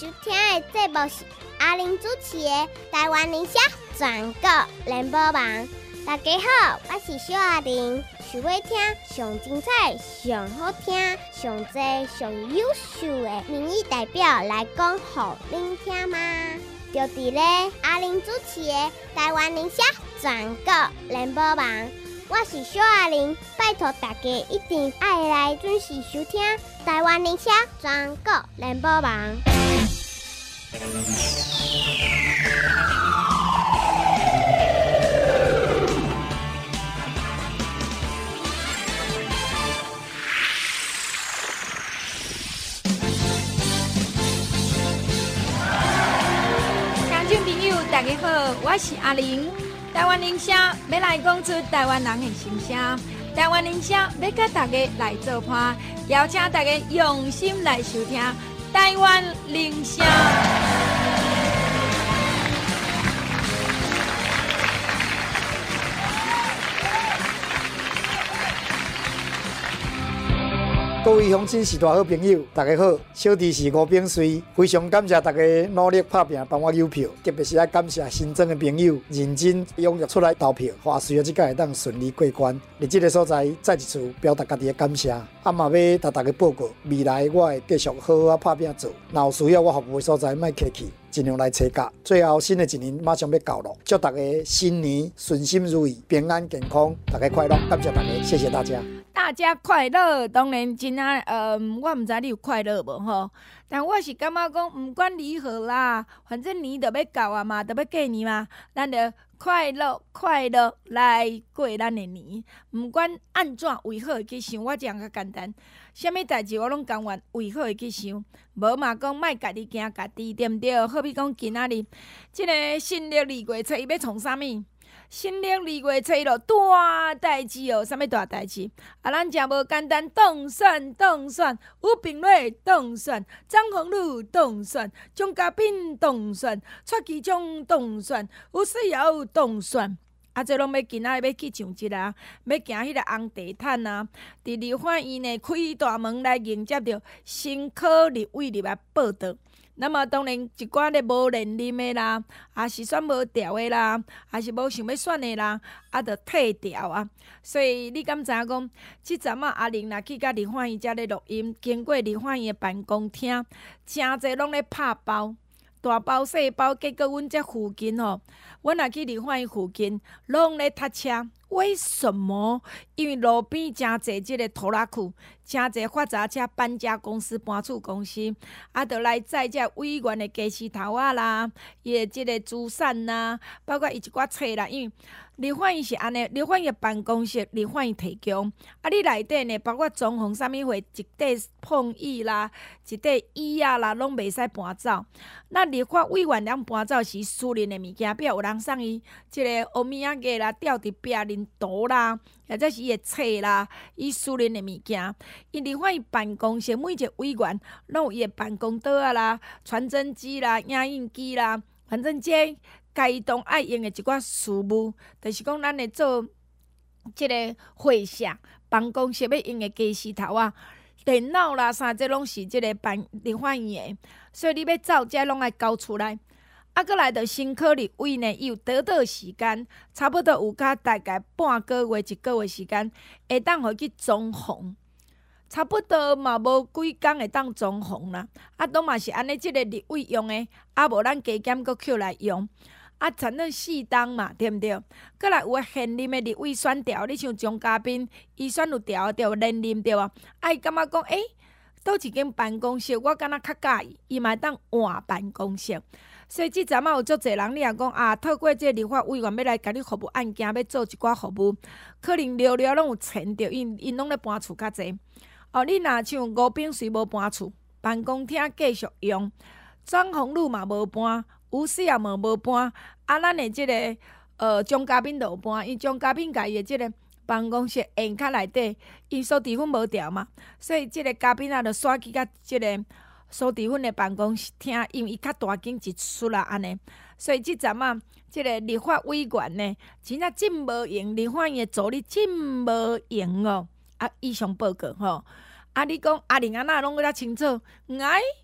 听的节目是阿玲主持的《台湾理想全国联播网》。大家好，我是小阿玲。想要听上精彩、上好听、上多、上优秀的民意代表来讲给您听吗？就伫咧阿玲主持的《台湾理想全国联播网》。我是小阿玲，拜托大家一定要来准时收听台湾理想全国联播网。 听众朋友，大家好，我是阿玲。台湾人声要来讲出台湾人的心声，台湾人声要甲大家来做伴，邀请大家用心来收听台湾人声。 各位乡亲是大好朋友，大家好，小弟是吴炳瑞，非常感谢大家努力打拼帮我邮票，特别是要感谢新增的朋友认真踊跃出来投票，话随后这届会当顺利过关。伫这个所在，再一次表达家己的感谢。嘛要甲大家报告，未来我会继续好好打拼做，若有需要我服务的所在，莫客气，尽量来找教。最后，新的一年马上要到了，祝大家新年顺心如意、平安健康，大家快乐！感谢大家，谢谢大家。 大家快乐，当然真我毋知你有快乐无吼，但我是感觉讲，毋管如何啦，反正年就要到啊嘛，就要过年嘛，咱就快乐快乐来过咱的年，毋管安怎为好会去想，我这样较简单，啥物代志我拢甘愿为好会去想，无嘛讲莫家己惊家己，对毋对？好比讲今仔日，即个新历2月初伊要创啥物？新历2月初咯，大代志哦，啥物大代志？咱真无简单，当选，吴炳瑞当选，张宏禄当选，钟嘉宾当选，蔡其昌当选，吴思瑶当选。这拢要今仔日要去上节啊，要行迄个红地毯啊，伫立法院呢开大门来迎接着新科立委入来报道。那么当然，一寡咧无连任的啦，也是选无调的啦，也是无想要选的啦，就退调啊。所以你敢知影讲，即阵阿玲若去甲立法院遮咧录音，经过立法院的办公厅，真侪拢咧拍包。大包细包，结果阮这附近吼，阮若去立法院附近，拢咧塞车。为什么？因为路边真侪即个拖拉库，真侪发财车、搬家公司、搬厝公司，就来载这委员的家私头仔啦，伊的即个资产啦，包括伊一寡册啦，因为立法院是安尼，立法院办公室立法院提供，你内底呢，包括装潢啥物货，一块碰椅啦，一块椅仔啦，拢袂使搬走。那立法委员人搬走是私人的物件，比如有人送伊即个欧米亚个啦，吊伫壁面图啦，或者是伊的册啦，伊私人的物件。因立法院办公室每一个委员拢有伊的办公桌啊啦、传真机啦、影印机啦，反正这该当爱用的一寡事务，就是讲咱会做即个会社办公室要用的家私头啊。电脑啦，啥这拢是即个立法院的，所以你要走这拢爱交出来。搁来到新科立委呢，伊有得到时间，差不多有大概半个月、1个月时间，会当互去装潢。差不多嘛无几工会当装潢啦，都嘛是安尼，即个立委用的，无咱加减搁扣来用。反正4档嘛，对毋对？搁来有现任的立委选调，你像钟嘉宾，伊选有调对连任对啊？伊感觉讲，倒一间办公室，我敢若较介意，伊嘛当换办公室。所以即阵有足侪人，你若讲透过这立法委员要来甲你服务案件，要做一寡服务，可能寥寥拢有钱着，因拢咧搬厝较济。你若像吴炳瑞无搬厝，办公厅继续用，张宏禄嘛无搬。吴思也无搬，咱的即个钟嘉宾就有搬，因钟嘉宾家己的即个办公室沿较内底，因苏迪芬无调嘛，所以即个嘉宾就刷去甲即个苏迪芬的办公室厅，因为伊较大间一出啦安尼，所以即阵即个立法委员呢，真正真无用，立法院的助理真无用哦。以上报告吼，你讲阿玲安那拢较清楚，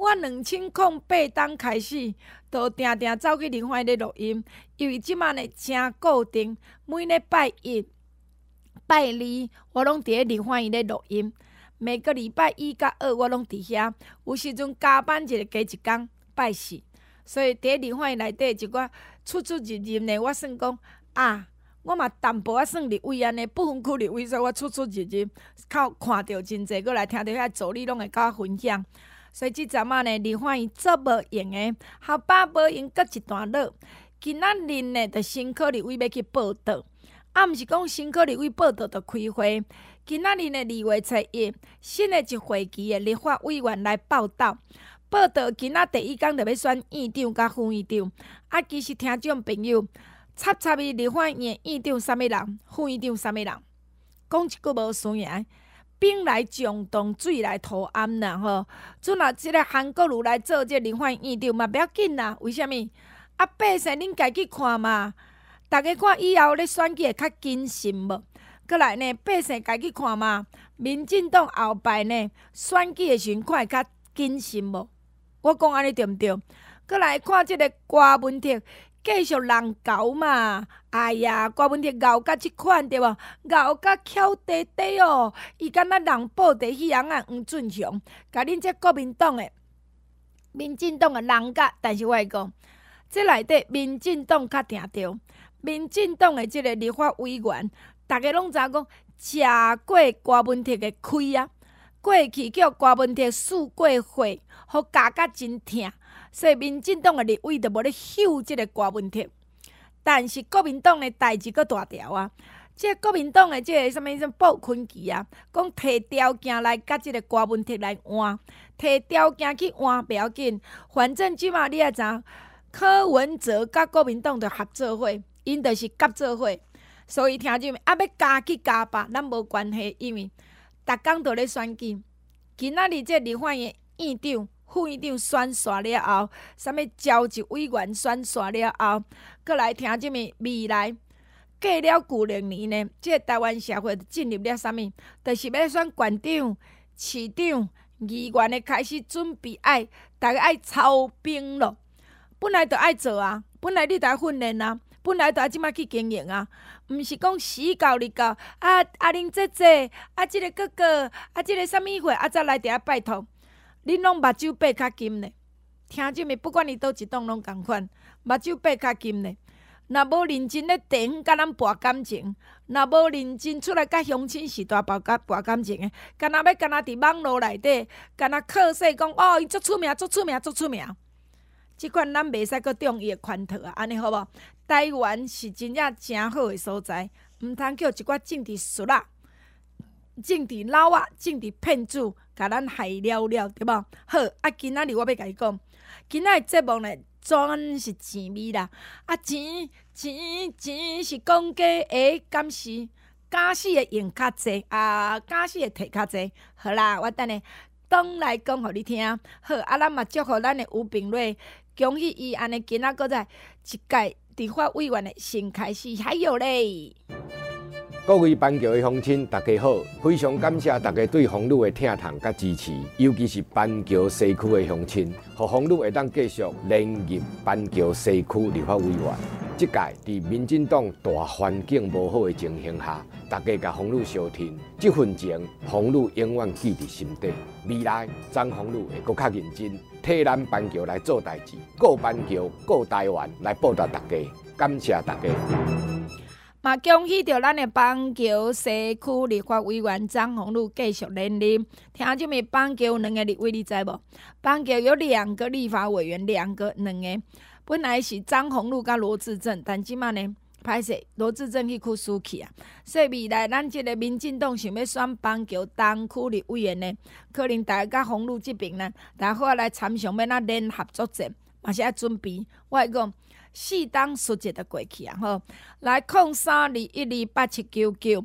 我2008当开始，就定定走去林欢咧录音，因为即满呢真固定，每礼拜一、拜二我拢伫咧林欢咧录音，每个礼拜一甲二我拢伫遐，有时阵加班一个加一工，拜四，所以伫咧林欢内底一寡出入入呢，我算讲啊。我嘛淡薄仔算入位安尼，不分区入位，所以我出入入，靠看到真济，过来听到遐助理拢会甲我分享。所以即阵仔呢，林欢伊做无用诶，后爸无用，搁一段落。今仔日呢，就新科立委要去报道，毋是讲新科立委报道就开会。今仔日呢，2月1日，新诶一会期诶立法委员来报道。报道今仔第一天就要选院长甲副院长。啊，其实听众朋友。插伊立法院院长啥物人，副院长啥物人？讲一句无输赢，兵来将挡，水来土掩啦吼。阵若即个韩国瑜来做这立法院长嘛，不要紧啦。为虾米？啊，百姓恁家己看嘛，大家看以后咧选举会较谨慎无？过来呢，百姓家己看嘛，民进党后摆呢选举的时阵看会较谨慎无？我讲安尼对毋对？过来看即个郭文婷。继续人搞嘛，哎呀，郭文婷咬甲即款对无？咬甲翘地地哦，伊敢若人报地迄样啊，黄俊雄，甲恁这国民党诶、民进党诶人甲，但是我会讲，这内底民进党较定着，民进党诶即个立法委员，逐个拢知影讲，食过郭文婷诶亏啊，过去叫郭文婷输过血，互教甲真疼。所以民进党诶立委就无咧秀即个郭文婷，但是国民党诶代志阁大条啊！即个国民党诶即个什物鲍坤奇啊，讲摕条件来甲即个郭文婷来换，摕条件去换不要紧，反正即马你也知，柯文哲甲国民党着合作伙，因着是合作伙，所以听众啊要加去加吧，咱无关系，因为逐工都咧选举，今仔日即立法院院长。副院长选煞了后，啥物召集委员选煞了后，搁来听即物未来过了旧历年呢？即个台湾社会进入了啥物？就是要选县长、市长、议员的开始准备大家爱操兵咯。本来就爱做啊，本来你就爱训练啊，本来就爱即摆去经营啊，毋是讲死到你到恁姐姐即个哥哥即个啥物货才来伫遐拜托。恁拢目睭爬较金呢，听即物不管你倒一档拢共款，目睭爬较金呢。若无认真咧地方甲咱博感情，若无认真出来甲乡亲时代博感情诶，敢若伫网络内底，敢若靠说讲哦，伊足出名，足出名，足出名。即款咱袂使阁中伊诶圈套啊，安尼好无？台湾是真正真好诶所在，毋通叫一寡政治术仔、政治佬仔、政治骗子。甲咱害了了，对无？好，今仔日我要甲你讲，今仔日节目呢，全是钱味啦。钱是讲假的，敢是假死的用较济，假死的摕较济。好啦，我等下当来讲互你听。好，咱嘛祝福咱的吴炳瑞，恭喜伊安尼今仔搁在一届立法委员的新开始，还有咧。 各位板桥的乡亲，大家好！非常感谢大家对洪路的疼痛甲支持，尤其是板桥西区的乡亲，互洪路会当继续连任板桥西区立法委员。这届伫民进党大环境无好的情形下，大家甲洪路相挺，这份情洪路永远记伫心底。未来张洪路会搁较认真，替咱板桥来做代志，顾板桥、顾台湾来报答大家。感谢大家。 嘛，恭喜着咱的板桥西区立法委员张宏禄继续连任。听这么板桥有2个立委，你知无？板桥有2个立法委员，2个。本来是张宏禄甲罗志正，但即马呢，歹势罗志正去输去啊。所以未来咱即个民进党想要选板桥东区立委员呢，可能大家甲宏禄这边呢，大家好来参详要联合作战，嘛是要准备。我会讲。4档数节就过去啊！吼，来0321287799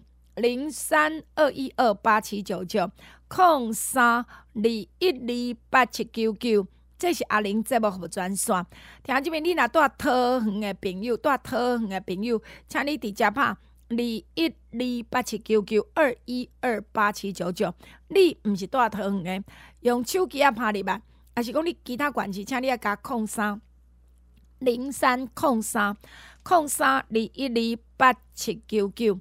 0321287799 这是阿玲节目服务专线。听这边你若住桃园的朋友，请你直接拍21287799 21287799。你毋是住桃园的，用手机啊拍入来也是讲你其他县市，请你加03 0302128799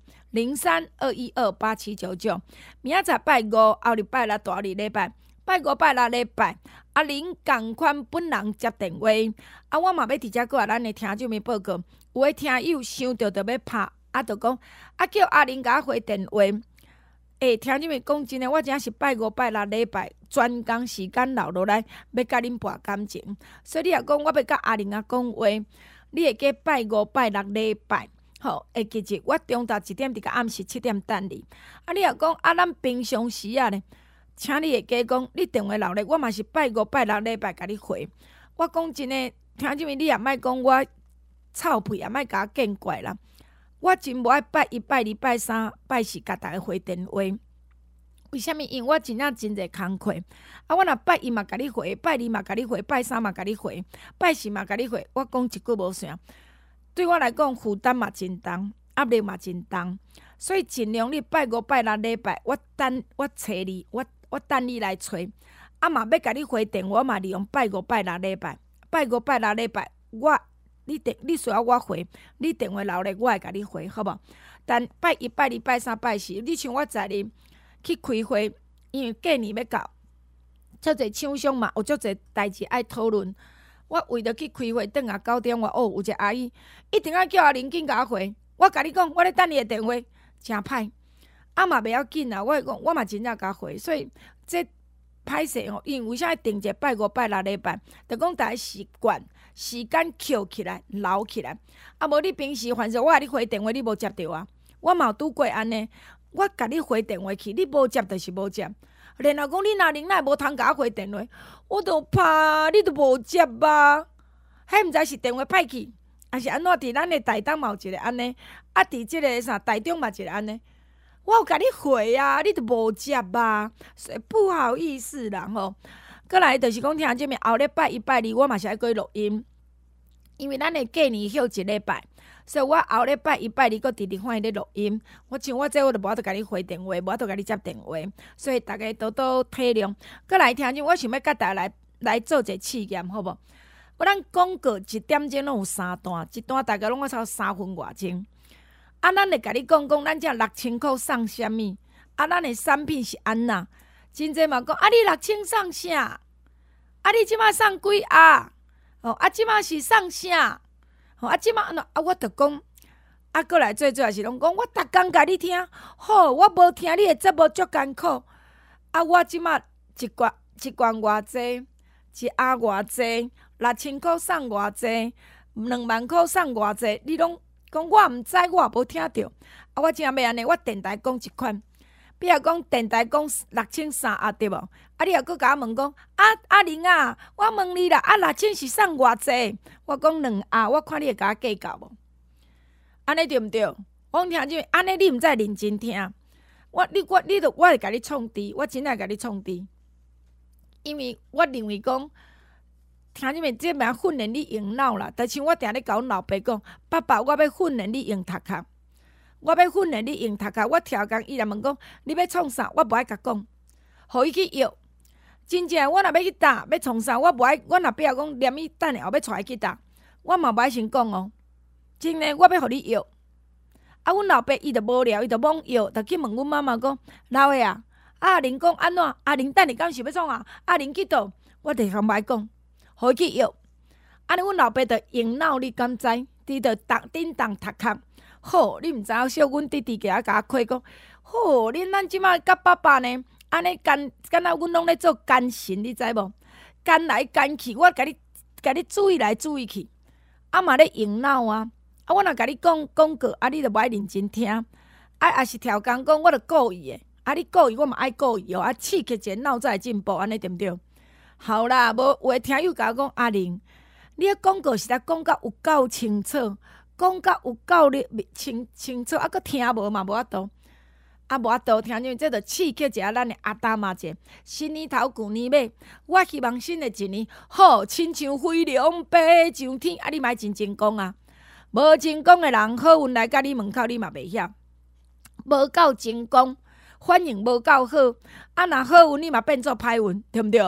0321287799。明仔载拜五，后日拜六，大日礼拜。拜五拜六礼拜，恁共款本人接电话，我嘛要直接过来咱的听众们报告。有诶听友想到就要拍，就讲叫阿玲甲我回电话。听众们讲真诶，我真是拜五拜六礼拜专工时间留落来，要甲恁博感情。所以你若讲我要甲阿玲讲话，你会记拜五拜六礼拜。好，下记日我中昼1点伫个暗时7点等你。你若讲咱平常时呢？请你会记讲，你电话留咧，我嘛是拜五拜六礼拜甲你回。我讲真诶，听即面你也莫讲我臭屁，也莫甲我见怪啦。我真无爱拜1、拜2、拜3、拜4，甲逐个回电话。为虾米？因为我真真侪工课。我若拜1嘛甲你回，拜2嘛甲你回，拜3嘛甲你回，拜4嘛甲你回。我讲一句无啥，对我来讲负担嘛真重，压力嘛真重。所以尽量你拜五拜六礼拜，我找你，我等你来找，嘛要甲你回电话嘛，利用拜五拜六礼拜，拜五拜六礼拜，你需要我回，你电话留咧，我会甲你回，好无？但拜1、拜2、拜3、拜4，你像我昨日去开会，因为过年要到，遮侪厂商嘛，有遮侪代志爱讨论。我为着去开会，等下9点外，有一个阿姨一定要叫阿玲紧甲我回，我甲你讲，我咧等你的电话。真歹，嘛袂要紧啦。我讲，我嘛真正甲回，所以这歹势吼。因为啥物定一个拜五拜六礼拜，就讲大家习惯时间扣起来、留起来。无你平时凡是我甲你回电话，你无接到啊？我嘛有拄过安尼，我甲你回电话去，你无接就是无接。然后讲你若能无通甲我回电话，我就怕你都无接吧？迄毋知是电话歹去。还是安怎？伫咱的台东嘛有一个安尼，伫即个台中嘛一个安尼。我有甲你回啊，你都无接啊，所以不好意思啦吼。过来就是讲听即面后礼拜1、拜2，我嘛是爱过录音，因为咱的过年休一礼拜，所以我后礼拜1、拜2，搁直直放咧录音。我像我这我就无法度甲你回电话，无法度甲你接电话，所以大家多多体谅。过来听众，我想要甲大家来做一个试验，好无？咱广告1点钟拢有3段，一段大概拢我差3分外钟。咱会甲你讲，咱这6000块送啥物？咱的产品是安那？真济嘛讲，你6000送啥？你即马送几盒？即马是送啥？即马我着讲，过来最主要是拢讲，我逐工甲你听，好，我无听你的节目足艰苦。我即马一罐偌济，一盒偌济。6000块送偌济，2万块送偌济，你拢讲我毋知，我也无听着。我真要安尼，我电台讲一款，比如讲电台讲6300对无？你若搁甲我问讲，阿玲啊，我问你啦，6000是送偌济？我讲2盒，我看你会甲我计较无？安尼对毋对？我听就安尼，你毋知认真听。我会甲你创治，我真爱甲你创治，因为我认为讲。听你们这名训练你用脑啦，但是我定咧甲阮老爸讲，爸爸，我要训练你用读壳，我要训练你用读壳。我调工，伊来问讲，你要创啥？我无爱甲讲，互伊去约。真正我若要去搭，要创啥？我无爱，我若比如讲念伊等下后要带伊去搭，我嘛无爱先讲哦。真诶，我要互你约。阮老爸伊就无聊，伊就罔约，就去问阮妈妈讲，老爷啊，阿玲讲安怎？阿玲等下敢是要创啊？阿玲去倒？我就向歹讲。互伊去约，安尼阮老爸着用脑，你敢知？伫着叮当读壳。好，你毋知影小阮弟弟甲我开讲，好，恁咱即马甲爸爸呢，安尼敢若阮拢咧做奸臣，你知无？奸来奸去，我甲你注意来注意去，嘛咧用脑啊！我若甲你讲广告，你着无爱认真听，也是调工讲，我着故意诶，你故意，我嘛爱故意哦，刺激一下脑才会进步，安尼对毋对？好啦，无有诶听友甲我讲，阿玲，你诶广告是来讲甲有够清楚，讲甲有够清楚，搁听无嘛无法度，无法度听，因为这着刺激一下咱诶阿达妈者。新年头旧年尾，我希望新诶一年好，亲像飞龙飞上天。你莫真成功啊！无成功诶人，好运来甲你门口，你嘛袂晓。无够成功，反应无够好，若好运你嘛变做歹运，对毋对？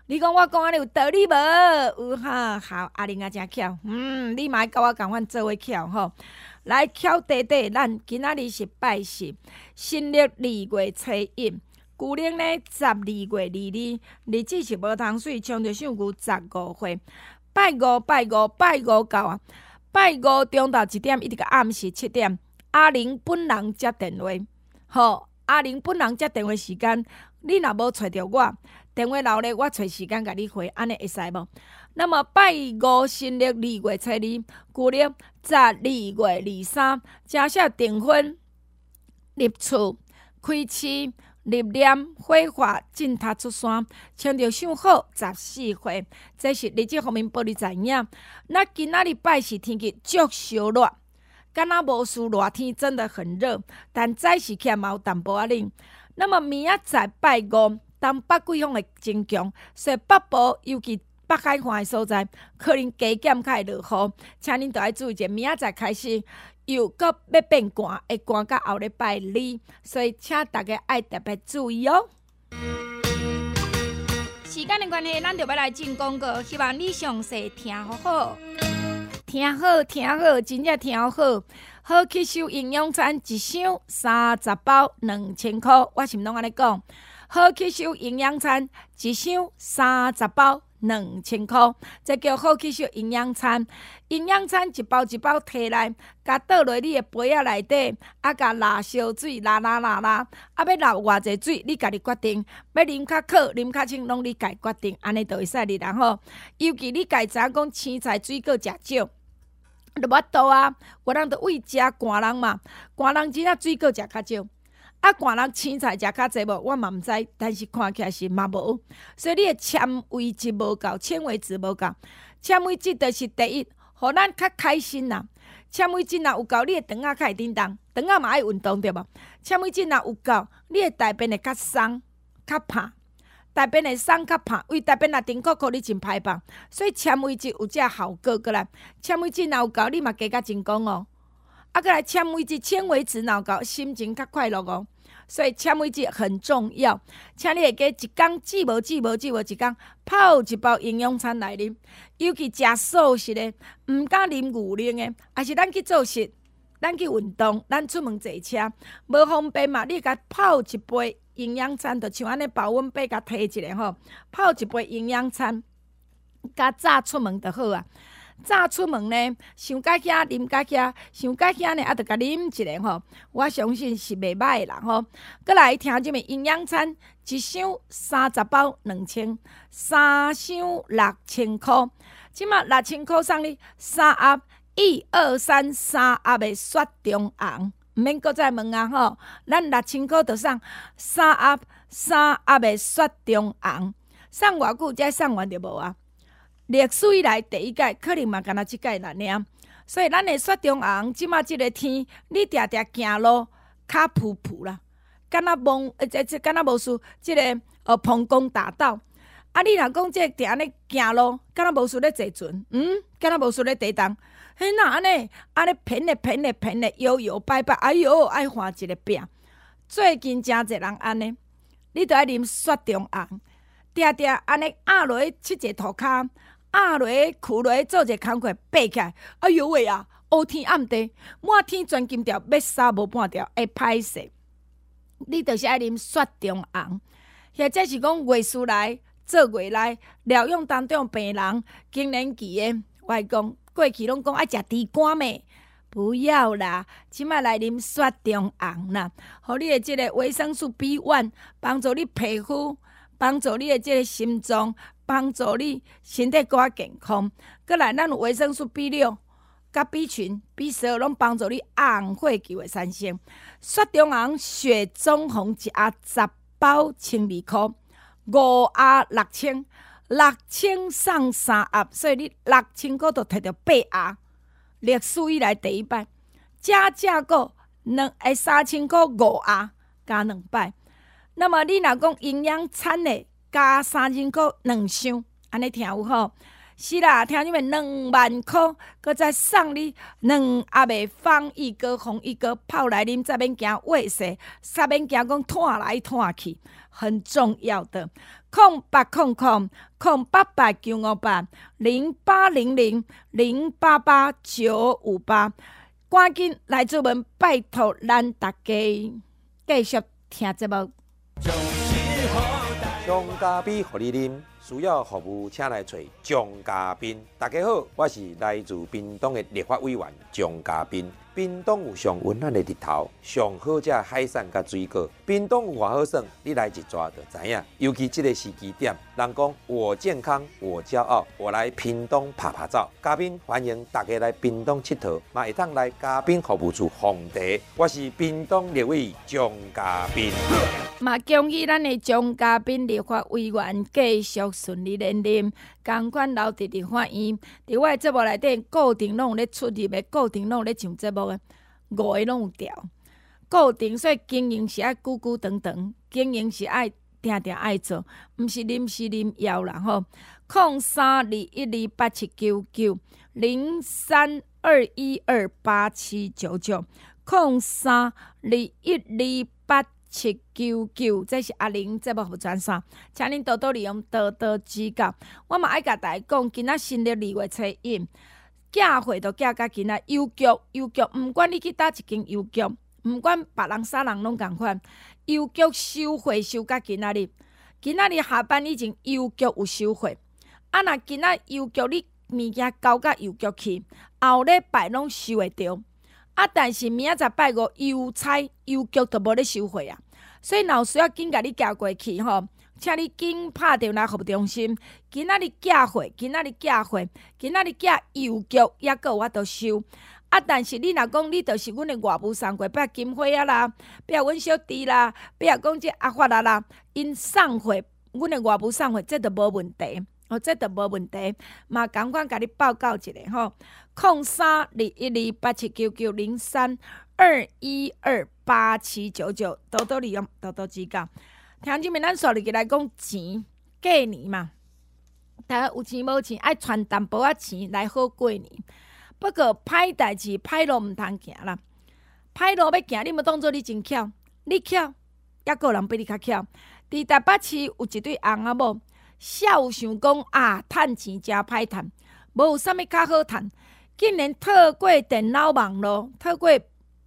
你讲我讲安尼有道理无？有哈，好，阿玲啊真巧，你嘛甲我共款做伙巧吼。来巧短短，咱今仔日是拜四，新历2月初1，旧历呢12月22，日子是无通水，冲着上牛15岁。拜五到啊！拜五中昼1点一直到暗时7点，阿玲本人接电话。好，阿玲本人接电话时间，你若无找着我，电话留咧，我找时间甲你回，安尼会使无？那么拜五新历2月初2，旧历12月23，正式订婚、入厝、开市、入殓、火化、进塔出山，穿着上好14岁，这是日子方面报你知影。那今仔日拜四天气足烧热，敢若无事热天真的很热，但早时起嘛有淡薄仔冷。那么明仔载拜五，东北季风会增强，所以北部尤其北海岸的所在，可能加减较会落雨，请恁都要注意者，明仔载开始又搁要变寒，会寒到后礼拜2，所以请大家爱特别注意哦。时间的关系，咱就要来进广告，希望你详细听好，听好，真正听好。好吸收营养餐一箱30包2000块，我是毋拢安尼讲。好吸收营养餐一箱30包2000块，这叫好吸收营养餐。营养餐一包一包摕来，甲倒落你的杯仔内底，甲拉烧水，拉，要拉偌济水，你家己决定。要啉较渴，啉较清，拢你家己决定，安尼就会使哩人吼。尤其你家知影讲青菜水果食少。就无多啊，有人就为食寒人嘛，寒人真正水果食较少，寒人青菜食较济无，我嘛毋知，但是看起来是嘛无，所以你的纤维质无够，纤维质无够，纤维质就是第一，互咱较开心啦。纤维质若有够，你的肠仔较会振动，肠仔嘛爱运动对无？纤维质若有够，你的大便会较松较拍。大便会松较拍，为大便若甜苦苦，你真歹放。所以纤维质有这效果过来，纤维质若有够，你嘛加较真功哦。过来纤维质若有够，心情较快乐哦。所以纤维质很重要，请你会加一工煮无一工泡一包营养餐来啉。尤其食素食的，毋敢啉牛奶的，还是咱去做事，咱去运动，咱出门坐车，无方便嘛，你甲泡一杯。营养餐就像安尼保温杯，甲摕一个吼，泡一杯营养餐，甲早出门就好啊。早出门呢，想甲遐啉甲遐，想甲遐呢，就甲啉一个吼。我相信是袂歹啦吼。过来听即个营养餐，一箱30包2000，3箱6000块。即马6000块送你3盒1、2、3、3盒的雪中红。毋免搁再问啊吼，咱6000块就送3盒的雪中红，送偌久才送完就无啊？历史以来第一届，可能嘛干那即届啦尔。所以咱的雪中红，即马即个天，你定定行路较浮浮啦，敢若敢若无事，即个膀胱打到。你若讲即个定安尼行路，敢若无事咧坐船，敢若无事咧地动。嘿，那安尼偏咧，摇摆，哎哟，爱换一个饼。最近真侪人安尼，你着爱啉雪中红，定安尼压落去七个涂骹，压落去跍落去做一个工课爬起来，哎哟喂啊！乌天暗地，满天钻金条，要杀无半条，会歹势。你着是爱啉雪中红，或者是讲月事来做月来疗养当中病人更年期的，我讲。过去拢讲爱食猪肝咩？不要啦，即摆来啉雪中红啦，互你的即个维生素 B1， 帮助你皮肤，帮助你的即个心脏，帮助你身体更加健康。过来，咱有维生素 B6、甲 B 群、B12，拢帮助你红血球的产生。雪中红雪中红一盒10包12块，5盒6000送3盒，所以你6000块就摕到8盒，历史以来第一摆。正个3000块5盒加2摆。那么你若讲营养餐的加3000块2箱，安尼听有好？ 是啦，听你们2万块，搁再送你2盒的方一哥、红一哥泡来啉，再免惊胃势，再免惊讲拖来拖去，很重要的。0800-0800-0888-088958，赶紧来做门，拜托咱大家继续听节目。 姜咖啡互你啉，需要服务请来找姜咖啡。大家好，我是来自屏东的立法委员姜咖啡。屏东有上温暖的日头，上好食海产甲水果。屏东有偌好耍，你来一抓就知影。尤其这个时机点，人讲我健康我骄傲，我来屏东拍拍照。嘉宾欢迎大家来屏东佚佗，嘛会当来嘉宾服务处奉茶。我是屏东立委姜嘉宾。 嘛，恭喜咱的姜嘉宾立法委员继续顺利连任，同款留伫立法院。伫我的节目内底，固定拢有咧出入的，固定拢有咧上节目的，5个拢有调。固定说经营是爱久久长长，经营是爱定定爱做，毋是临时临要啦吼。0321287799 0321287799，这是阿玲节目服专线，请恁多多利用，多多指教。我嘛爱甲大家讲，今仔新历2月初1，寄货都寄到今仔邮局，毋管你去倒一间邮局，毋管别人啥人拢共款，邮局收货收到今仔日。今仔日下班以前，邮局有收货。啊，若今仔邮局你物件交到邮局去，后礼拜拢收会着。啊，但是明仔载拜5邮差邮局都无咧收货啊。所以若有需要紧甲你寄过去吼，请你紧拍电话服务中心。今仔日寄货，今仔日寄邮局，抑阁有法度收。啊，但是你若讲你就是阮的外务送过，比如金花啊啦，比如阮小弟啦，比如讲这阿发啦，因送货，阮的外务送货，这都无问题。这都无问题，嘛赶快甲你报告一下吼。032128799032128799，多多利用，多多指教。听即面咱说入去来讲钱，过年嘛，大家有钱无钱，爱传淡薄仔钱来好过年。不过歹代志，歹路毋通行啦。歹路要行，你莫当作你真巧，你巧，抑个人比你较巧。伫台北市有一对翁仔某。少有想讲啊，趁钱真歹趁，无有啥物较好趁，竟然透过电脑网络，透过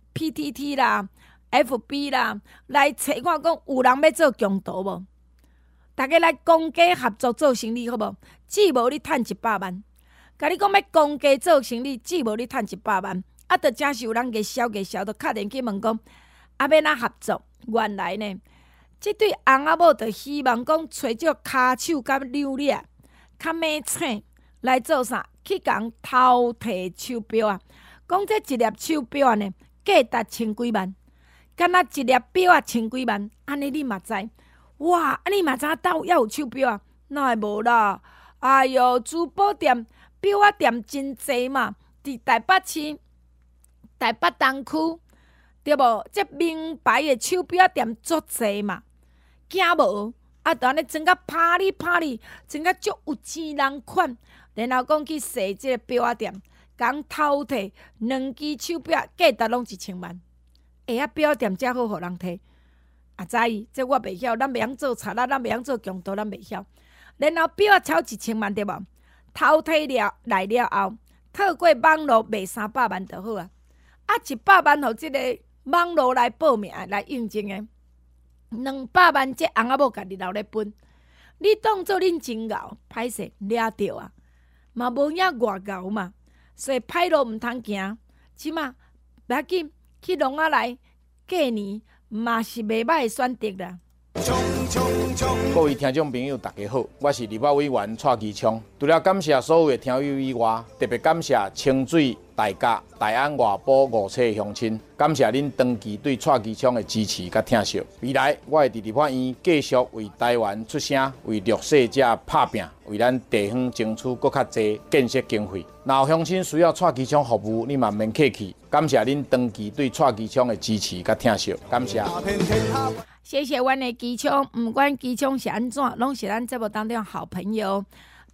PTT 啦、FB 啦，来找看讲有人要做强盗无？大家来公家合作做生意好无？只无你趁100万，甲你讲要公家做生意，只无你趁100万，啊，着真是有人给销，着敲电去问讲，啊要哪合作？原来呢？即对翁仔某就希望讲找这骹手甲溜咧，较猛醒来做啥？去共偷摕手表啊！讲这一粒手表呢，价值千几万，敢若一粒表啊千几万，安尼你嘛知？哇！安尼嘛知兜还有手表啊？哪会无啦？哎哟，珠宝店、表仔店真济嘛，伫台北市、台北东区，对无？这名牌的手表店足济嘛。惊无啊！就安尼整甲拍哩，整甲足有钱人款，然后讲去踅即个表仔店，讲偷摕2支手表，价值拢1000万。啊，表仔店才好互人摕。啊，知这我袂晓，咱袂晓做贼仔，咱袂晓做强盗，咱袂晓。然后表仔超1000万对无？偷摕了来了后，透过网络卖300万就好啊。啊，100万互即个网络来报名来应征的。200万，这翁仔某家己留咧分，你当做恁真牛，歹势掠着啊，嘛无影外牛嘛，所以歹路毋通行，即码不要紧，去农仔来过年嘛是袂歹的选择啦。 各位听众朋友，大家好，我是立法委员蔡其昌。除了感谢所有的听友以外，特别感谢清水、大甲、大安、外埔5处的乡亲，感谢恁长期对蔡其昌的支持甲疼惜。未来我会伫立法院继续为台湾出声，为弱势者拍拼，为咱地方争取更较侪建设经费。若有乡亲需要蔡其昌服务，你嘛免客气。感谢恁长期对蔡其昌的支持甲疼惜，感谢。 谢谢阮的机枪，毋管机枪是安怎，拢是咱节目当中好朋友。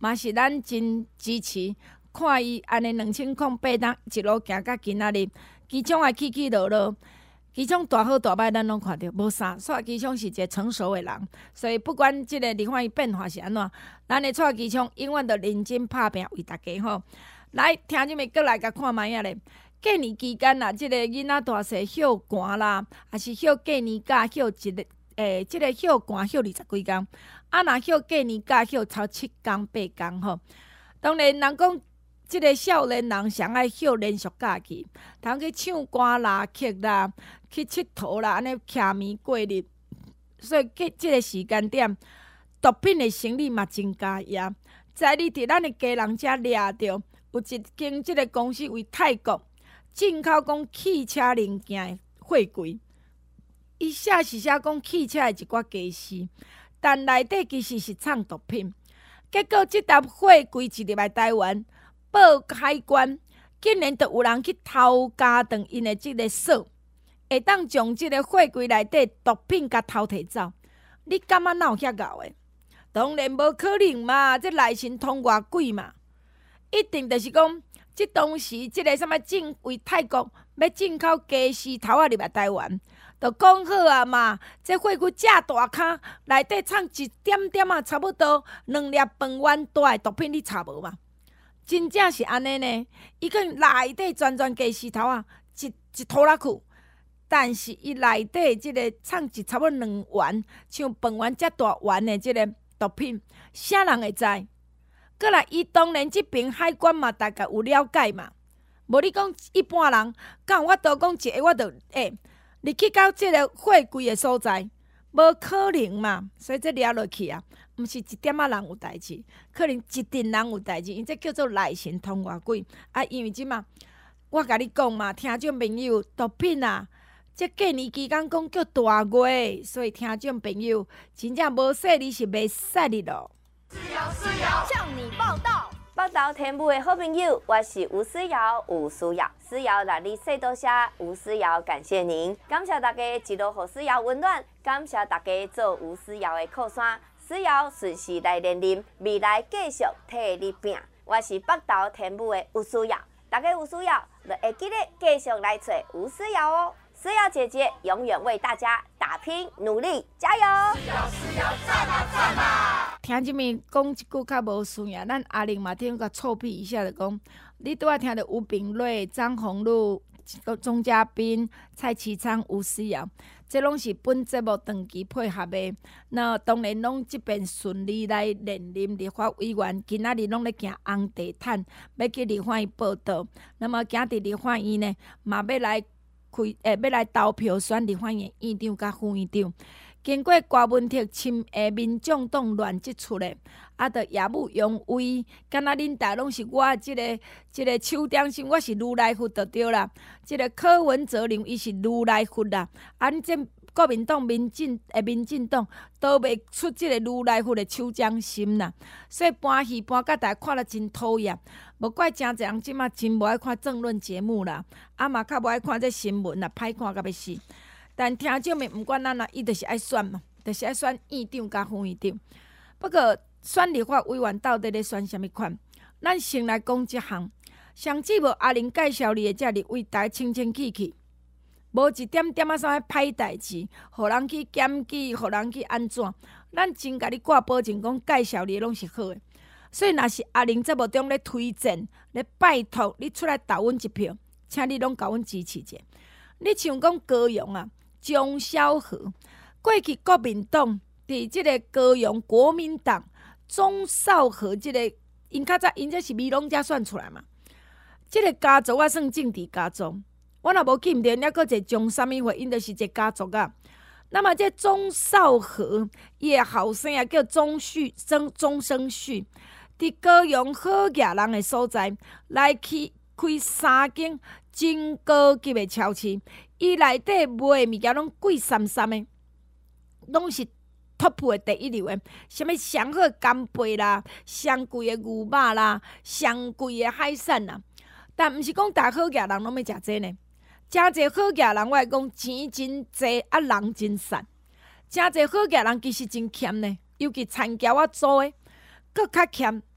嘛是咱真支持。看伊安尼2008当一路行到今仔日，机场也起起落落，机场大好大歹咱拢看到，无啥。蔡机场是一个成熟的人，所以不管即个立法院变化是安怎，咱的蔡机场永远都认真拍拼为大家吼。来，听即物过来甲看卖啊咧。过年期间啦，即个囡仔大细休寒啦，还是休过年假休一个即个休寒休20几工，啊，若休过年假休超7工8工吼。当然，人讲。即个少年人上爱休连续假期，通去唱歌啦、曲啦、去佚佗啦，安尼徛眠过日。所以，即个时间点，毒品的生理嘛真加压。在你伫咱的家人遮掠着，有一间即个公司为泰国进口讲汽车零件的货柜，伊写是写讲汽车的一寡家私，但内底其实是藏毒品。结果，即沓货柜一入来台湾。报海关，竟然就有人去偷加长因的即个锁，会当将即个货柜内底毒品甲偷摕走。你感觉哪有遐敖的？当然无可能嘛，这内神通偌贵嘛，一定就是讲，即当时即个什么为泰国要进口家私头入来台湾，就讲好啊嘛，这货柜遮大卡，内底藏一点点啊，差不多2粒饭碗大的毒品，你查无嘛？真正是安尼呢，伊个内底全家私头啊，一拖拉库，但是伊内底即个藏一差不多2丸，像饭丸遮大丸的即个毒品，啥人会知？过来，伊当然即边海关嘛，大概有了解嘛。无你讲一般人，敢有法度讲一个我就你去到即个货柜的所在，无可能嘛。所以这掠落去啊。毋是一点仔人有代志，可能一阵人有代志，因这叫做内神通偌鬼啊！因为即嘛，我甲你讲嘛，听众朋友，毒品啊，这过年期间讲叫大月，所以听众朋友真正无说你是袂使的咯。 向你报道。报道天部的好朋友，我是吴思瑶，吴思瑶。思瑶来你细多些，吴思瑶感谢您，感谢大家一路互思瑶温暖，感谢大家做吴思瑶的靠山。思瑶顺势来连任，未来继续替你拼。我是北投天部的吴思瑶，大家有需要就会记得继续来找吴思瑶哦。思瑶姐姐永远为大家打拼努力，加油！思瑶赞啦赞啦！ 听即面讲一句较无顺呀，咱阿玲嘛听甲臭屁一下就讲，你拄仔听到吴炳瑞、张宏禄、钟嘉宾、蔡其昌、吴思瑶，这拢是本节目长期配合的。那当然拢即边顺利来连任立法委员，今仔日拢咧行红地毯，要去立法院报道。那么今日立法院呢，嘛要来要来投票选立法院院长甲副院长。经过郭文哲亲民众党乱即出的，啊，着业务用威，敢若恁大拢是我即个手点心，我是如来佛就对啦。即个柯文哲认为伊是如来佛啦，安这国民党、民进党都袂出即个如来佛的手掌心啦。所以搬戏搬甲大家看了真讨厌，无怪真侪人即马真无爱看政论节目啦，啊嘛较无爱看这新闻啦，歹看甲要死。但听众们，毋管咱啦，伊就是爱选嘛，就是爱选院长甲副院长。不过选立法委员到底咧选啥物款？咱先来讲一项，上次无阿玲介绍你的这立委，大家清清气气，无一点点啊啥歹代志，互人去检举，互人去安怎？咱真甲你挂保证，讲介绍你拢是好的。所以若是阿玲节目中咧推荐，咧拜托你出来投阮一票，请你拢甲阮支持者。你像讲高雄啊。钟小和过去国民党伫即个高雄国民党钟少和即个因较早因这是美容家选出来嘛，即个家族我算政治家族，我若无记毋对，还佫一个钟啥物货，因就是一个家族啊。那么这钟少和伊的后生啊叫钟生旭，伫高雄好野人的所在来去开3间真高级的超市。伊内底卖的物件拢贵三三的，拢是 top 的第一流的，什物上好干贝啦，上贵的牛肉啦，上贵的海产啦。但毋是讲大好野人拢要食这呢，真济好野人我会讲钱真济，啊人真善，真济好野人其实真欠呢，尤其田埕我做的，佫较欠，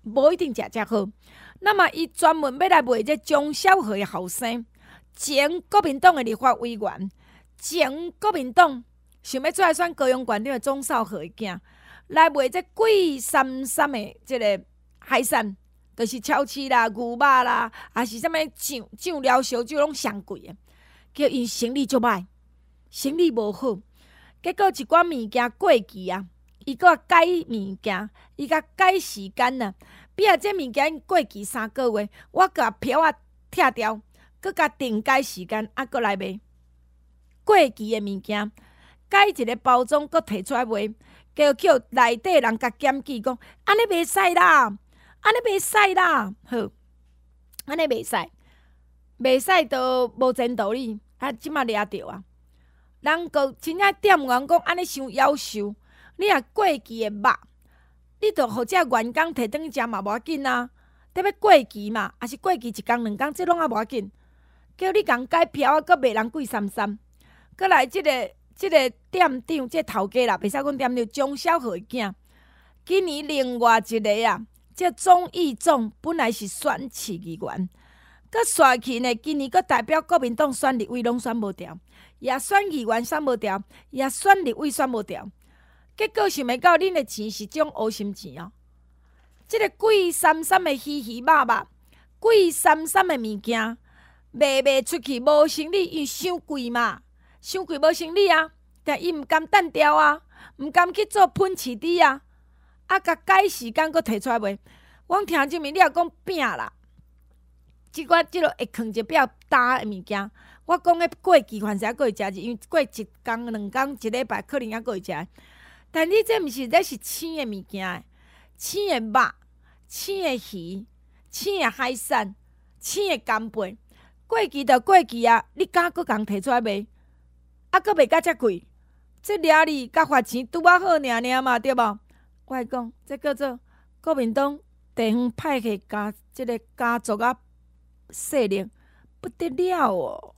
无一定食遮好。那么伊专门要来卖这中小学的后生，前国民党的立法委员，前国民党想要出来选高雄县长的钟少和的囝，来卖这贵三三的这个海产，就是超市啦、牛肉啦，还是啥物酱料、烧酒拢上贵的，叫因生意足歹，生意无好。结果一寡物件过期啊，伊搁改物件，伊甲改时间啊。比啊，这物件过期3个月，我甲票啊拆掉，搁甲定改时间，搁来卖。过期的物件，改一个包装，搁摕出来卖，叫内底人甲检举讲，安尼袂使啦，安尼袂使啦，好，安尼袂使，袂使都无前道理，即马掠着啊！人个真正店员讲安尼伤夭寿，你若过期的肉。你著互遮员工摕转去食嘛无要紧啊，得要过期嘛，还是过期1工2工，这拢也无要紧。叫你共改票啊，搁卖人贵三三。搁来即个店长，即头家啦，袂使讲店长，中小学的囝。今年另外一个啊，这钟义仲本来是选市议员，搁选去呢，今年搁代表国民党选立委拢选无掉，也选议员选无掉，也选立委选无掉。结果想袂到，恁的钱是种乌心钱哦！即个贵三三的鱼鱼肉肉，贵三三的物件，卖出去无生理，因伤贵嘛，伤贵无生理啊！但伊毋甘等掉啊，毋甘去做喷饲猪啊，甲改时间搁摕出来卖。我听即面你若讲拼啦，即个会囥一表搭的物件，我讲迄过期凡是还佫会食，因为过1工2工1礼拜可能还佫会食。但你这毋是，这是生的物件，生的肉、生的鱼、生的海产、生的干贝，过期就过期啊！你敢佫共摕出来卖，佫卖甲遮贵，这掠你甲罚钱拄啊好尔嘛，对无？我来讲，这叫做国民党地方派系即个家族啊势力不得了哦。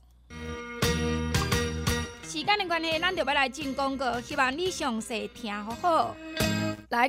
时间的关系，咱就要来进广告，希望你详细听好好。来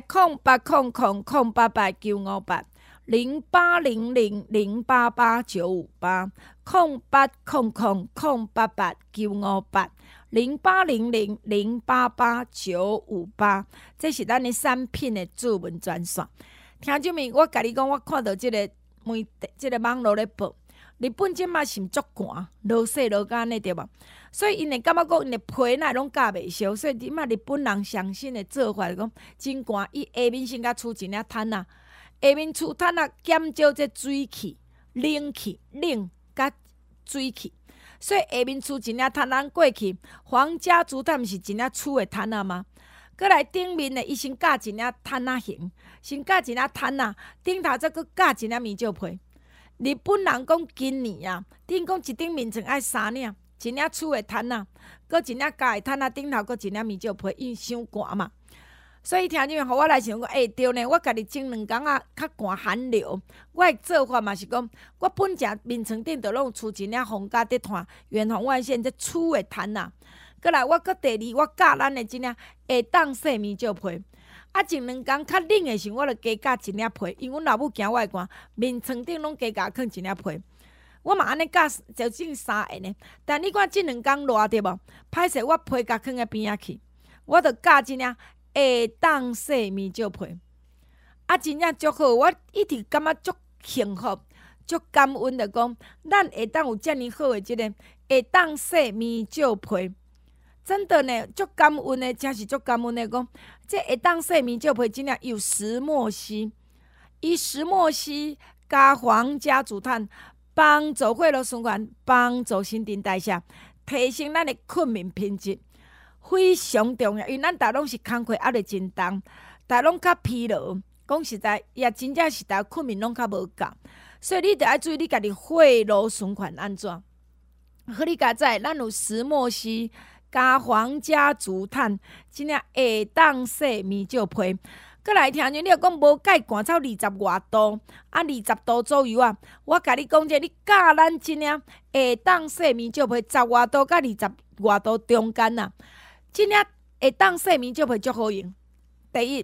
0800-088-958，0800-088-958，0800-088-958，这是咱的产品的主文专线。听众们，我甲你讲，我看到这个网络咧报。日本即马是足寒，落雪落干呢，对无？所以因会感觉讲，因的皮乃拢夹袂烧，所以即马日本人上新的做法讲，真寒，伊下面先甲厝一领毯啊，下面厝毯啊减少这水气、冷甲水气，所以下面厝一领毯咱过去，皇家竹毯是一领厝的毯啊吗？过来顶面的伊先架一领毯啊型，先架一领毯啊，顶头再搁架一领面罩皮。日本人讲今年啊，顶讲一顶面床爱3领，一领厝的毯啊，搁一领家的毯啊，顶头搁一领面罩皮，因为伤寒嘛。所以听众们，互我来想讲，对呢，我家己种2工啊，较寒寒流。我的做法嘛是讲，我本只面床顶就拢厝一领防家得炭，远红外线这厝的毯啊。过来，我搁第2，我架咱的即领下当洗面罩皮。种2工较冷的时候，我就加架一领皮，因为阮老母惊我会寒，面床顶拢加放一领皮。我嘛安尼架就种3个呢。但你看这2工热对无？歹势我皮甲放在边仔去，我就架一领下当洗面罩皮。真正足好，我一直感觉足幸福、足感恩的讲，咱下当有遮尔好的即个下当洗面罩皮。真的呢，足感恩的，真是足感恩的讲，这下当洗面罩皮真正有石墨烯，伊石墨烯加皇家竹炭，帮助血液循环，帮助新陈代谢，提升咱的睡眠品质，非常重要。因为咱大拢是工课压力真重，大拢较疲劳，讲实在，也真正是大睡眠拢较无够，所以你着爱注意你家己血液循环安怎。好，你家知，咱有石墨烯。加皇家竹炭，真正下当洗面罩皮。过来听见你讲无解寒到20外度，20度左右啊。我甲你讲者，你教咱真领下当洗面罩皮，10外度甲20外度中间啊。真领下当洗面罩皮足好用。第一，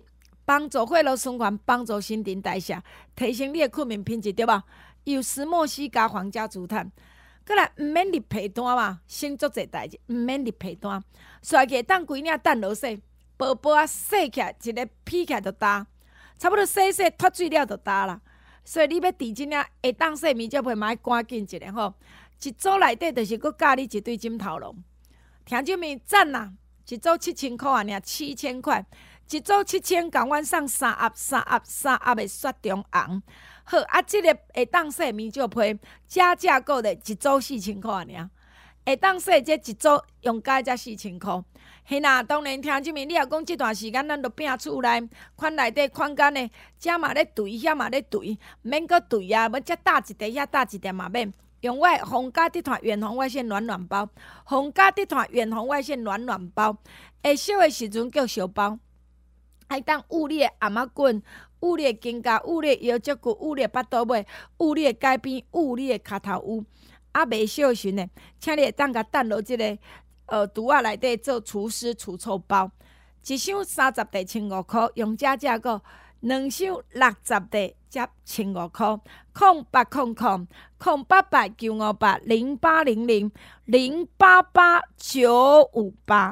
帮助血液循环，帮助新陈代谢，提升你的睡眠品质，对吧？有石墨烯加黄加竹炭，过来毋免入被单嘛，省足侪代志，毋免入被单，刷起当规领蛋落洗，薄薄啊洗起来，一个劈起来就干，差不多洗脱水了就干啦。所以你要伫真正会当洗面罩被嘛，爱赶紧一下吼。一组内底就是佫教你一对枕头笼，听众们赞啦！一组7000块啊，尔7000块，一组7000，共阮送3盒的雪中红。好啊，即个会当洗面罩被，加价购的一组4000块尔，会当洗这一组用价才4000块。嘿啦，当然听众们，你若讲即段时间咱都摒厝内，款内底款间的，遮嘛咧兑，遐嘛咧兑，免阁兑啊，要遮搭一块，遐搭一块嘛免。用我的皇家集团远红外线暖暖包，皇家集团远红外线暖暖包，会烧的时阵叫烧包，爱当捂你的颔仔棍，捂你的肩胛，捂你的腰脊骨，捂你的巴肚尾，捂你的改边，捂你的骹头捂。啊，袂烧时呢，请你会当甲蛋落即个橱仔内底做除湿除臭包，一箱30袋15块，用加价购，2箱60袋。才15块，0800-958-0800-0888-958。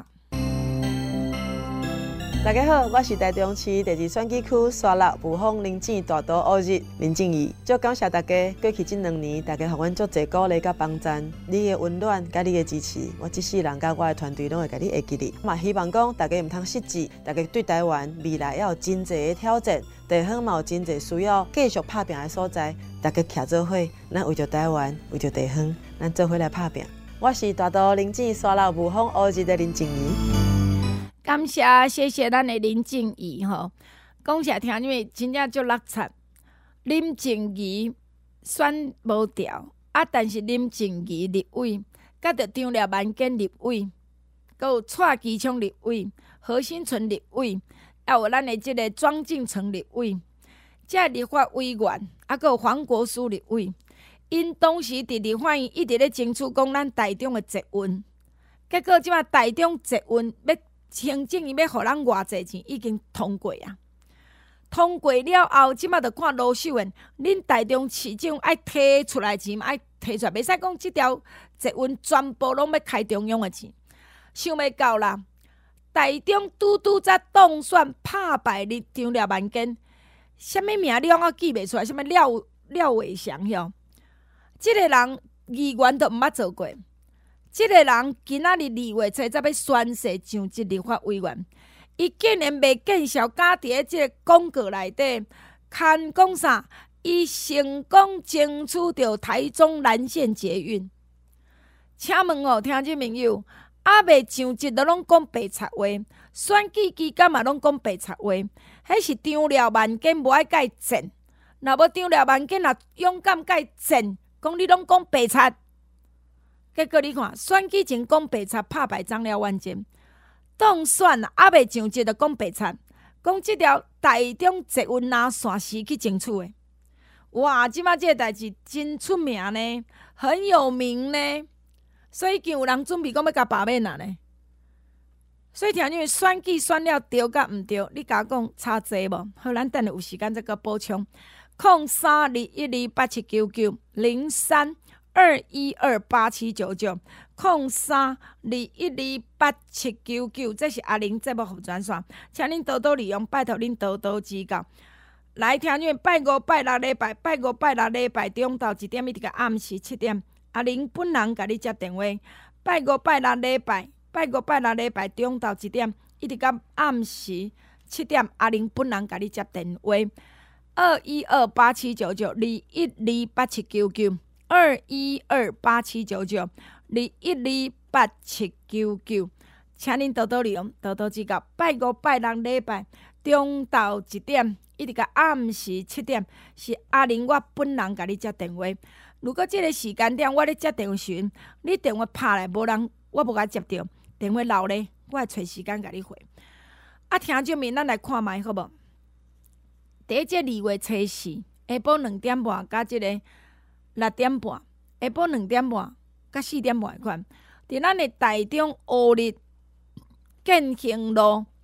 大家好，我是台中市第2选举区沙鹿雾峰林井大道乌日林静怡，足感谢大家过去这2年，大家互阮足侪鼓励甲帮赞，你的温暖甲你的支持，我一世人甲我的团队拢会甲你会记哩。嘛希望讲大家毋通失志，大家对台湾未来要有真侪的挑战，地方嘛有真侪需要继续拍拼的所在，大家徛做伙，咱为着台湾，为着地方，咱做伙来拍拼。我是大道林井沙鹿雾峰乌日的林静怡。 感谢，谢谢咱的林静怡吼。讲实听因为真正足落惨，林静怡选无掉啊，但是林静怡立委，甲着张廖万坚立委，阁有蔡其昌立委、何新存立委，还有咱的即个庄敬成立委，这立法委员，还阁有黄国书立委，因当时伫立法院一直咧争取讲咱台中的捷运，结果即马台中捷运要行政院要互咱偌济钱，已经通过啊！通过了后，即马着看卢秀燕，恁台中市长爱摕出来钱，爱摕出来，袂使讲即条捷运全部拢要开中央的钱，想袂到啦！台中拄才当选拍败你张廖万坚，什么名你我记袂出来，什么廖伟翔哟，即个人议员都毋捌做过。即个人今仔日2月初才要宣誓上职立法委员，伊竟然袂见笑，敢伫即个广告内底看讲啥？伊成功争取到台中南线捷运。请问哦，听众朋友，还袂上职就拢讲白贼话，选举期间嘛拢讲白贼话，迄是张廖万坚无爱甲伊战，若无张廖万坚若勇敢甲伊战，讲你拢讲白贼。结果你看，选举前讲白贼拍败张廖万坚，当选啊，还袂上职就讲白贼，讲即条台中捷运拿线时去争取的。哇，即马即个代志真出名呢，很有名呢，所以已经有人准备讲要甲罢免啊呢。所以听因为选举选了对甲毋对，你甲我讲差济无？好，咱等下有时间再个补充。0321287799，0321287799，这是阿玲节目服专线，请恁多多利用，拜托恁多多指教。来听因拜5、拜6礼拜，拜5、拜6礼拜中昼1点一直到暗时7点，阿玲本人甲你接电话。拜5、拜6礼拜，拜5、拜6礼拜中昼1点一直到暗时7点，阿玲本人甲你接电话。2128799，2128799，2128799，请恁多多利用，多多指教。拜5、拜6礼拜中昼1点一直到暗时7点，是阿玲我本人甲你接电话。如果这个时间点我咧接电话时，你电话拍来无人，我无甲接到，电话漏咧，我会找时间甲你回。啊，听众们，咱来看卖好无？第一节2月初4，下晡2点半甲即个6点半，下晡2点半甲4点半款，伫咱的台中乌日建兴路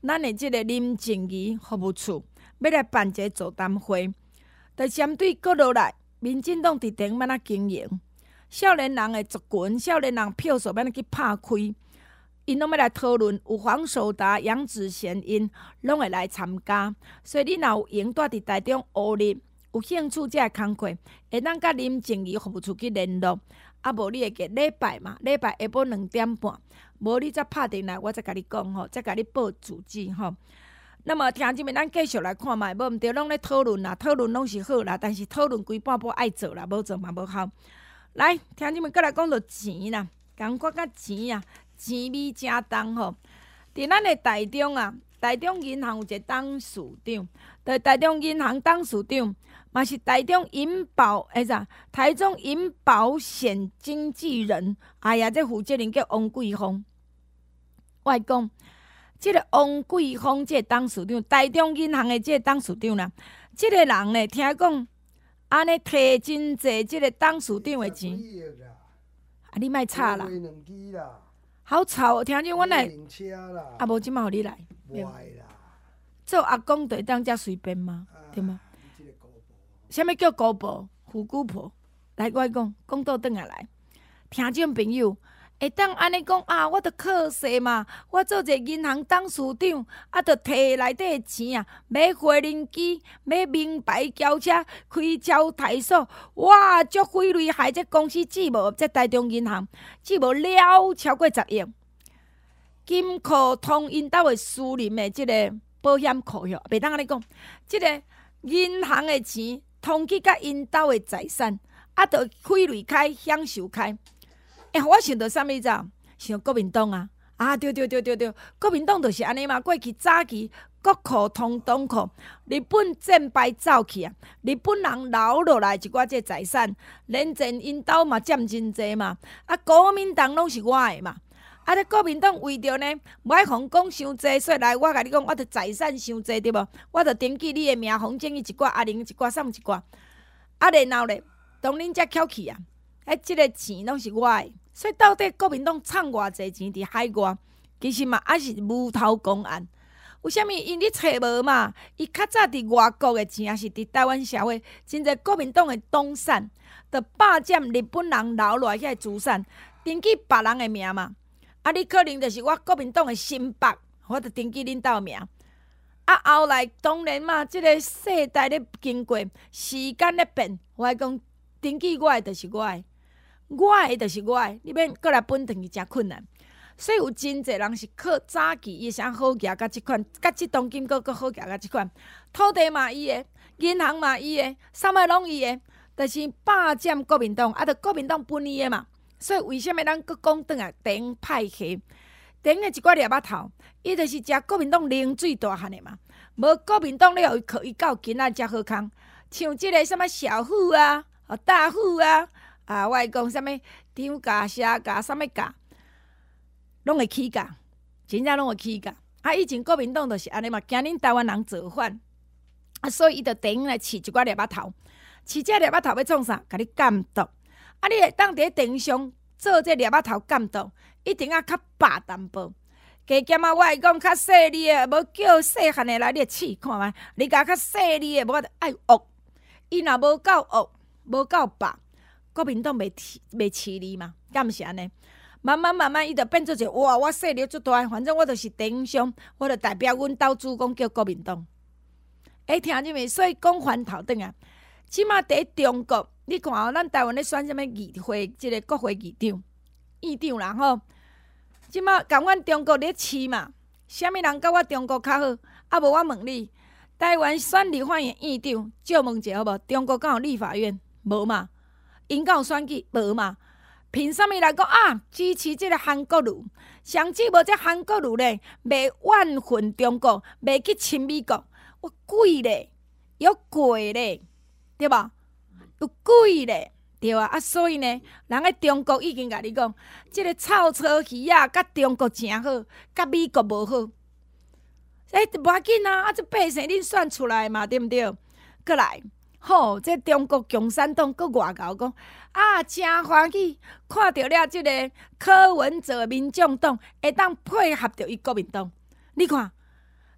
咱的即个林静怡服务处要来办一个座谈会，就针对阁落来民进党伫顶要哪经营，少年人的族群、少年人票数要哪去拍开，因拢要来讨论。有黄守达、杨子贤因拢会来参加，所以你若有闲住伫台中乌日，有兴趣这个工课，会当甲林静怡服务处去联络。啊，无你会记礼拜嘛，礼拜下晡2点半，无你再拍电来，我再甲你讲吼，再甲你报主旨吼。那么听即面，咱继续来看卖，无毋对，拢咧讨论啦，讨论拢是好啦，但是讨论规半晡爱做啦，无做嘛无效。来，听即面，搁来讲到钱啦，感觉甲钱啊，钱味真重吼。伫咱的台中啊，台中银行有一个董事长，在台中银行董事长。嘛是台中银保，台中银保险经纪人，哎呀，这负责人叫王桂峰。我讲，这个王桂峰这个董事长，台中银行的这个董事长啦，这个人呢，听讲安尼摕真济这个董事长的钱，啊，你莫吵啦，好吵哦！听见我来，啊，无即马互你来，做阿公就会当遮随便吗？对吗？啥物叫姑婆、虎姑婆？来，我讲倒转来，听众朋友会当安尼讲啊，我着靠势嘛，我做一个银行董事长，啊，着摕内底的钱啊，买回轮机，买名牌轿车，开招台所，哇，足费瑞害这公司只无这台中银行只无了超过10亿，金库通因兜的私人的即个保险库哟，袂当安尼讲，即个银行的钱。通去甲因兜的财产，啊，着开瑞开享受开。我想到啥物事？想国民党啊！啊，对，国民党就是安尼嘛。过去早期国库通党库，日本战败走去啊，日本人留落来一寡这财产，连前因兜嘛占真济嘛。啊，国民党拢是我的嘛。啊！咧国民党为着呢，无爱互讲伤济，所以来我甲你讲，我着财产伤济对无？我着登记你的名，洪正义一寡，阿玲一寡，啥物一寡。啊，然后咧，当恁才翘起啊！即个钱拢是我的，所以到底国民党藏偌济钱伫海外，其实嘛还是无头公案。为虾米？因你找无嘛？伊较早伫外国的钱，也是伫台湾社会，真侪国民党的党产，着霸占日本人留落来遐资产，登记别人的名嘛。啊！你可能就是我国民党的新北，我着登记恁兜名。啊，后来当然嘛，即个世代咧经过，时间咧变，我讲登记我的就是我的，我的就是我的，你免过来本登记真困难。所以有真侪人是靠早期伊啥好行甲即款，甲即当今个好行甲即款，土地嘛伊的，银行嘛伊的，啥物拢伊的，就是霸占国民党，啊，着国民党本伊的嘛。所以为什么咱佫讲转来顶派系？顶的一寡掠仔头，伊就是食国民党冷水大汉的嘛。无国民党咧，互伊靠伊到今仔才好康。像即个什么小虎啊、大虎啊，我会讲什么张家、虾家、什么家，拢会起价，真正拢会起价。以前国民党就是安尼嘛，惊恁台湾人造反，所以伊就顶来饲一寡掠仔头，饲这掠仔头要创啥？甲你监督。你会当伫电商做这掠仔头监督，一定较霸淡薄。加减我会讲较细腻的，无叫细汉的来你试看觅。你甲较细腻的，无爱恶。伊若无够恶，无够霸，国民党袂饲你嘛？敢毋是安尼？慢慢，伊就变做一个哇！我势力足大，反正我就是电商，我就代表阮岛主公叫国民党。听入面，所以讲翻头转啊，即马伫中国。你看哦，咱台湾咧选什么议会？即个国会议长、院长啦吼。即马共阮中国咧饲嘛，啥物人甲我中国较好？啊无我问你，台湾选立法院院长，借问者好无？中国敢有立法院？无嘛。因敢有选举？无嘛。凭啥物来讲啊？支持即个韩国瑜，上至无这韩国瑜咧，袂怨恨中国，袂去亲美国，我贵咧，有贵咧，对吧？有贵咧，对啊，所以呢，人喺中国已经甲你讲，即个臭草鱼啊，甲中国诚好，甲美国无好。无要紧啊，这百姓恁选出来嘛，对毋对？过来，这中国共产党搁外交讲啊，真欢喜，看到了即个柯文哲民众党会当配合着伊国民党。你看，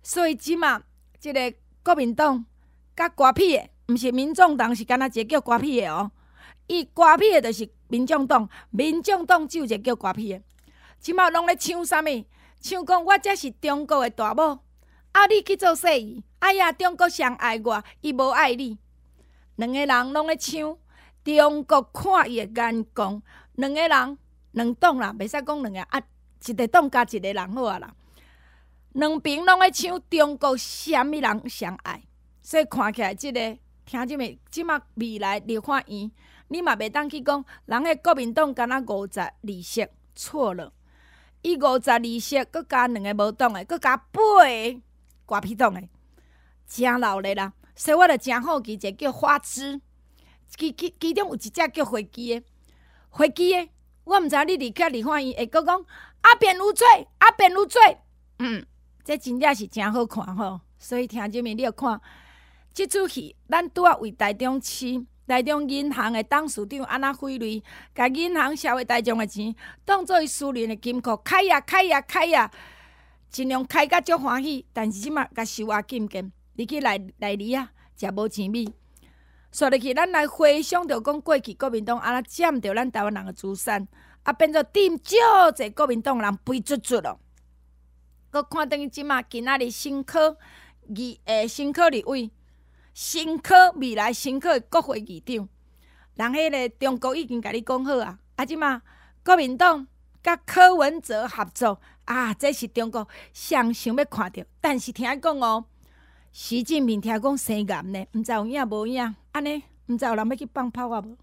所以即马即个国民党甲瓜皮的，毋是民众党，是干那一个叫瓜皮的哦。伊瓜皮的就是民众党，民众党只有一个叫瓜皮的。即马拢咧唱啥物？唱讲我才是中国的大某，啊你去做生意，哎呀中国上爱我，伊无爱你。两个人拢咧唱，中国看伊的眼光，两个人两党啦，袂使讲两个啊，一个党加一个人好啊啦。两边拢咧唱中国啥物人上爱，所以看起来即个听即个即马未来立法院，你嘛袂当去讲人迄国民党敢若52席，错了。伊52席，佮加2个无党的，佮加8个瓜皮党的，真闹热啦。所以我就真好奇一个叫花枝，其中有一只叫飞机的，飞机的，我毋知你离开立法院会佮讲阿扁如罪，阿扁如罪，这真正是真好看吼。所以听这面你要看，即出戏咱拄啊为台中市。台中银行的董事长安那费瑞，甲银行社会大众的钱当做伊私人的金库开呀，尽量开甲足欢喜。但是即马甲收啊紧，你去内里啊，食无钱米。说入去，咱来回想着讲过去国民党安那占着咱台湾人的资产，啊变做顶少侪国民党人肥卒咯。佮看等于即马今仔日新科立委。新科未来新科的国会议长，人迄个中国已经甲你讲好啊！即马国民党甲柯文哲合作啊，这是中国上想要看到。但是听讲哦，习近平听讲生癌呢，毋知有影无影？安尼毋知有人要去放炮啊无？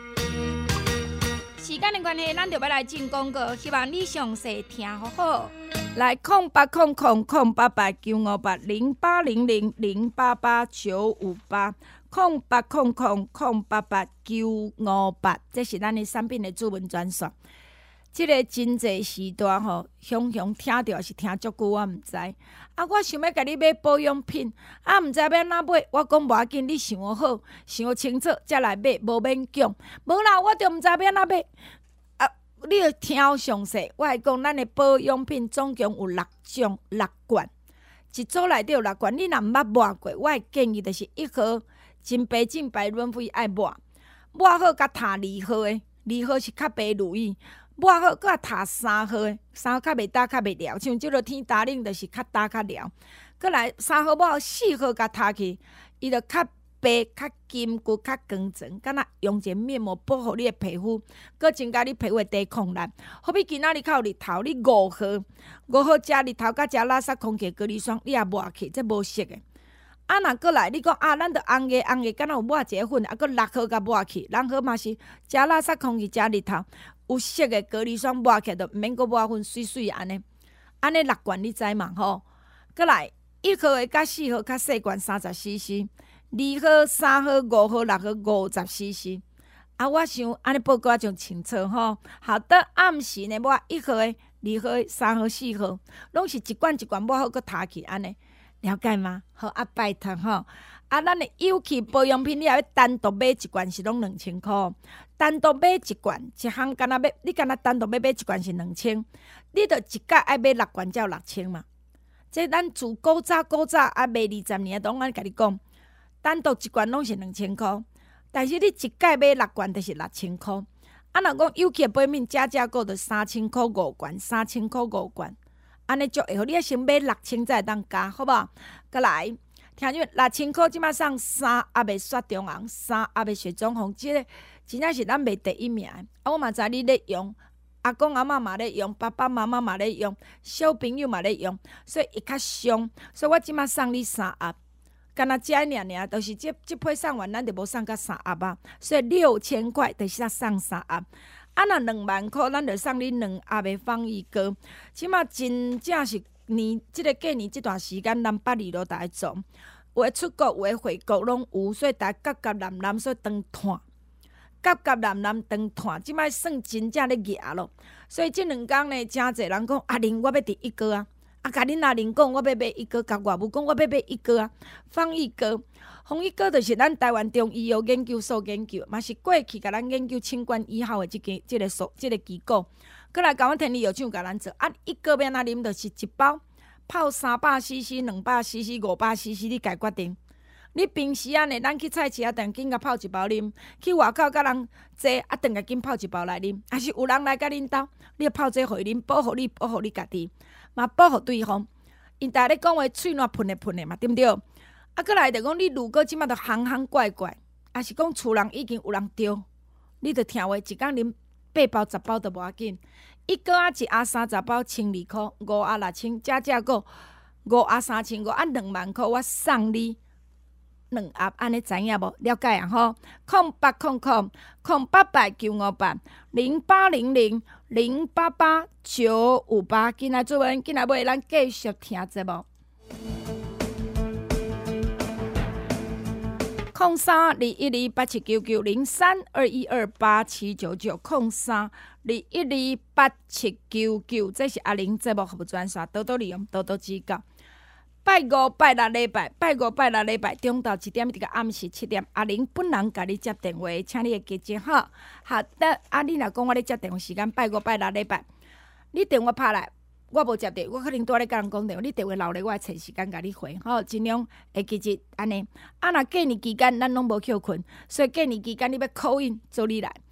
时间的关系，咱就要来进广告，希望你详细听好好。来0800-088-958，0800-088-958，这是咱的产品的主文专线。这个真济时段吼，雄雄听着是听足久，我毋知。我想要甲你买保养品，毋知要安怎买。我讲无要紧，你想好、想清楚才来买，无免讲。无啦，我就毋知要安怎买。你要听详细，我会讲，咱的保养品总共有6罐，一组内底有6罐。你若毋捌抹过，我会建议就是1号真白润肤爱抹好甲涂2号的，2号是较白如意，抹好搁涂3号的，3号较袂焦较袂撩，像即落天打冷就是较焦较撩。搁来3号抹好4号甲涂去，伊就较白、较金骨、较光泽，敢若用一个面膜保护你的皮肤，搁增加你皮肤的抵抗力。好比今仔日较有日头，你5号食日头，甲食垃圾空气隔离霜，你也抹去，这无色的。若过来，你讲咱着红个，敢若有抹一个粉，搁6号甲抹去，6号嘛是食垃圾空气、食日头，有色的隔离霜抹起，着毋免搁抹粉，水水安尼6罐你知嘛吼？过来1号的甲4号较细罐30cc。2号、3号、5号、6号50cc，我想安尼报告种清楚吼。好的，暗时呢抹1号的、2号的、3号、4号，拢是一罐抹好搁涂去安尼，了解吗？好拜托吼。咱的有机保养品，你也要单独买1罐是拢2000块，单独买1罐，一项干那买，你干那单独要买1罐是2000，你着一届爱买6罐才有6000嘛。这咱自古早卖20年，拢安甲你讲。单独1罐拢是2000块，但是你一届买6罐就是6000块。若讲有机的保养品，加购就3000块5罐，3000块5罐，安尼足会好。你要先买6000才会当加，好无？再来，听见6000块即马送3阿妹雪中红，3阿妹雪中红，即个真正是咱卖第1名的。我嘛知你咧用，阿公阿嬷嘛咧用，爸爸妈妈嘛咧用，小朋友嘛咧用，所以伊较伤。所以我即马送你3盒。干那遮尔，都是这批送完，咱就无送到3盒啊。所以6000块就是送3盒。若2万块，咱就送你2盒的防疫膏。即马真正是即个过年这段时间，南北二路大家做，有诶出国，有诶回国拢有，所以大家夹蓝，所以长炭，夹蓝长炭，即摆算真正咧热咯。所以这2天呢，真侪人讲阿玲，我要第1个啊。甲恁阿玲讲，我要买1个；甲外母讲，我要买1个啊。防疫膏，防疫膏就是咱台湾中医药研究所研究，嘛是过去甲咱研究清冠1号的即个机构。过来甲阮天理药厂甲咱做，1个要安怎啉，就是1包泡300cc、200cc、500cc，你家决定。你平时安尼，咱去菜市啊，等紧甲泡一包啉；去外口甲人坐啊，等下紧泡一包来啉。还是有人来甲恁兜，你要泡这互伊啉，保护你，保护你家己，嘛保护对方。因逐日讲话喙烂喷的嘛，对毋对？啊，过来就讲你如果即马着行行怪怪，还是讲厝人已经有人着，你着听话，一工啉8包10包都无要紧。1个啊1盒30包1200块，5盒6000，加个5盒3500啊2万块，我送你2盒，安尼知影无？了解啊吼？0800-0800-0800-088958，今仔做完，今仔尾咱继续听节目。03-212-8799，03-212-8799，这是阿玲节目服务专线，多多利用，多多指教。拜五、拜六礼拜，中昼1点一直到暗时7点，阿玲本人甲你接电话，请你会记真好。好的，你若讲我咧接电话时间，拜五、拜六礼拜，你电话拍来，我无接到，我可能拄咧甲人讲电话，你电话留咧，我会找时间甲你回，好，尽量会记住安尼。啊，若过年期间咱拢无休困，所以过年期间你要 call in 做你来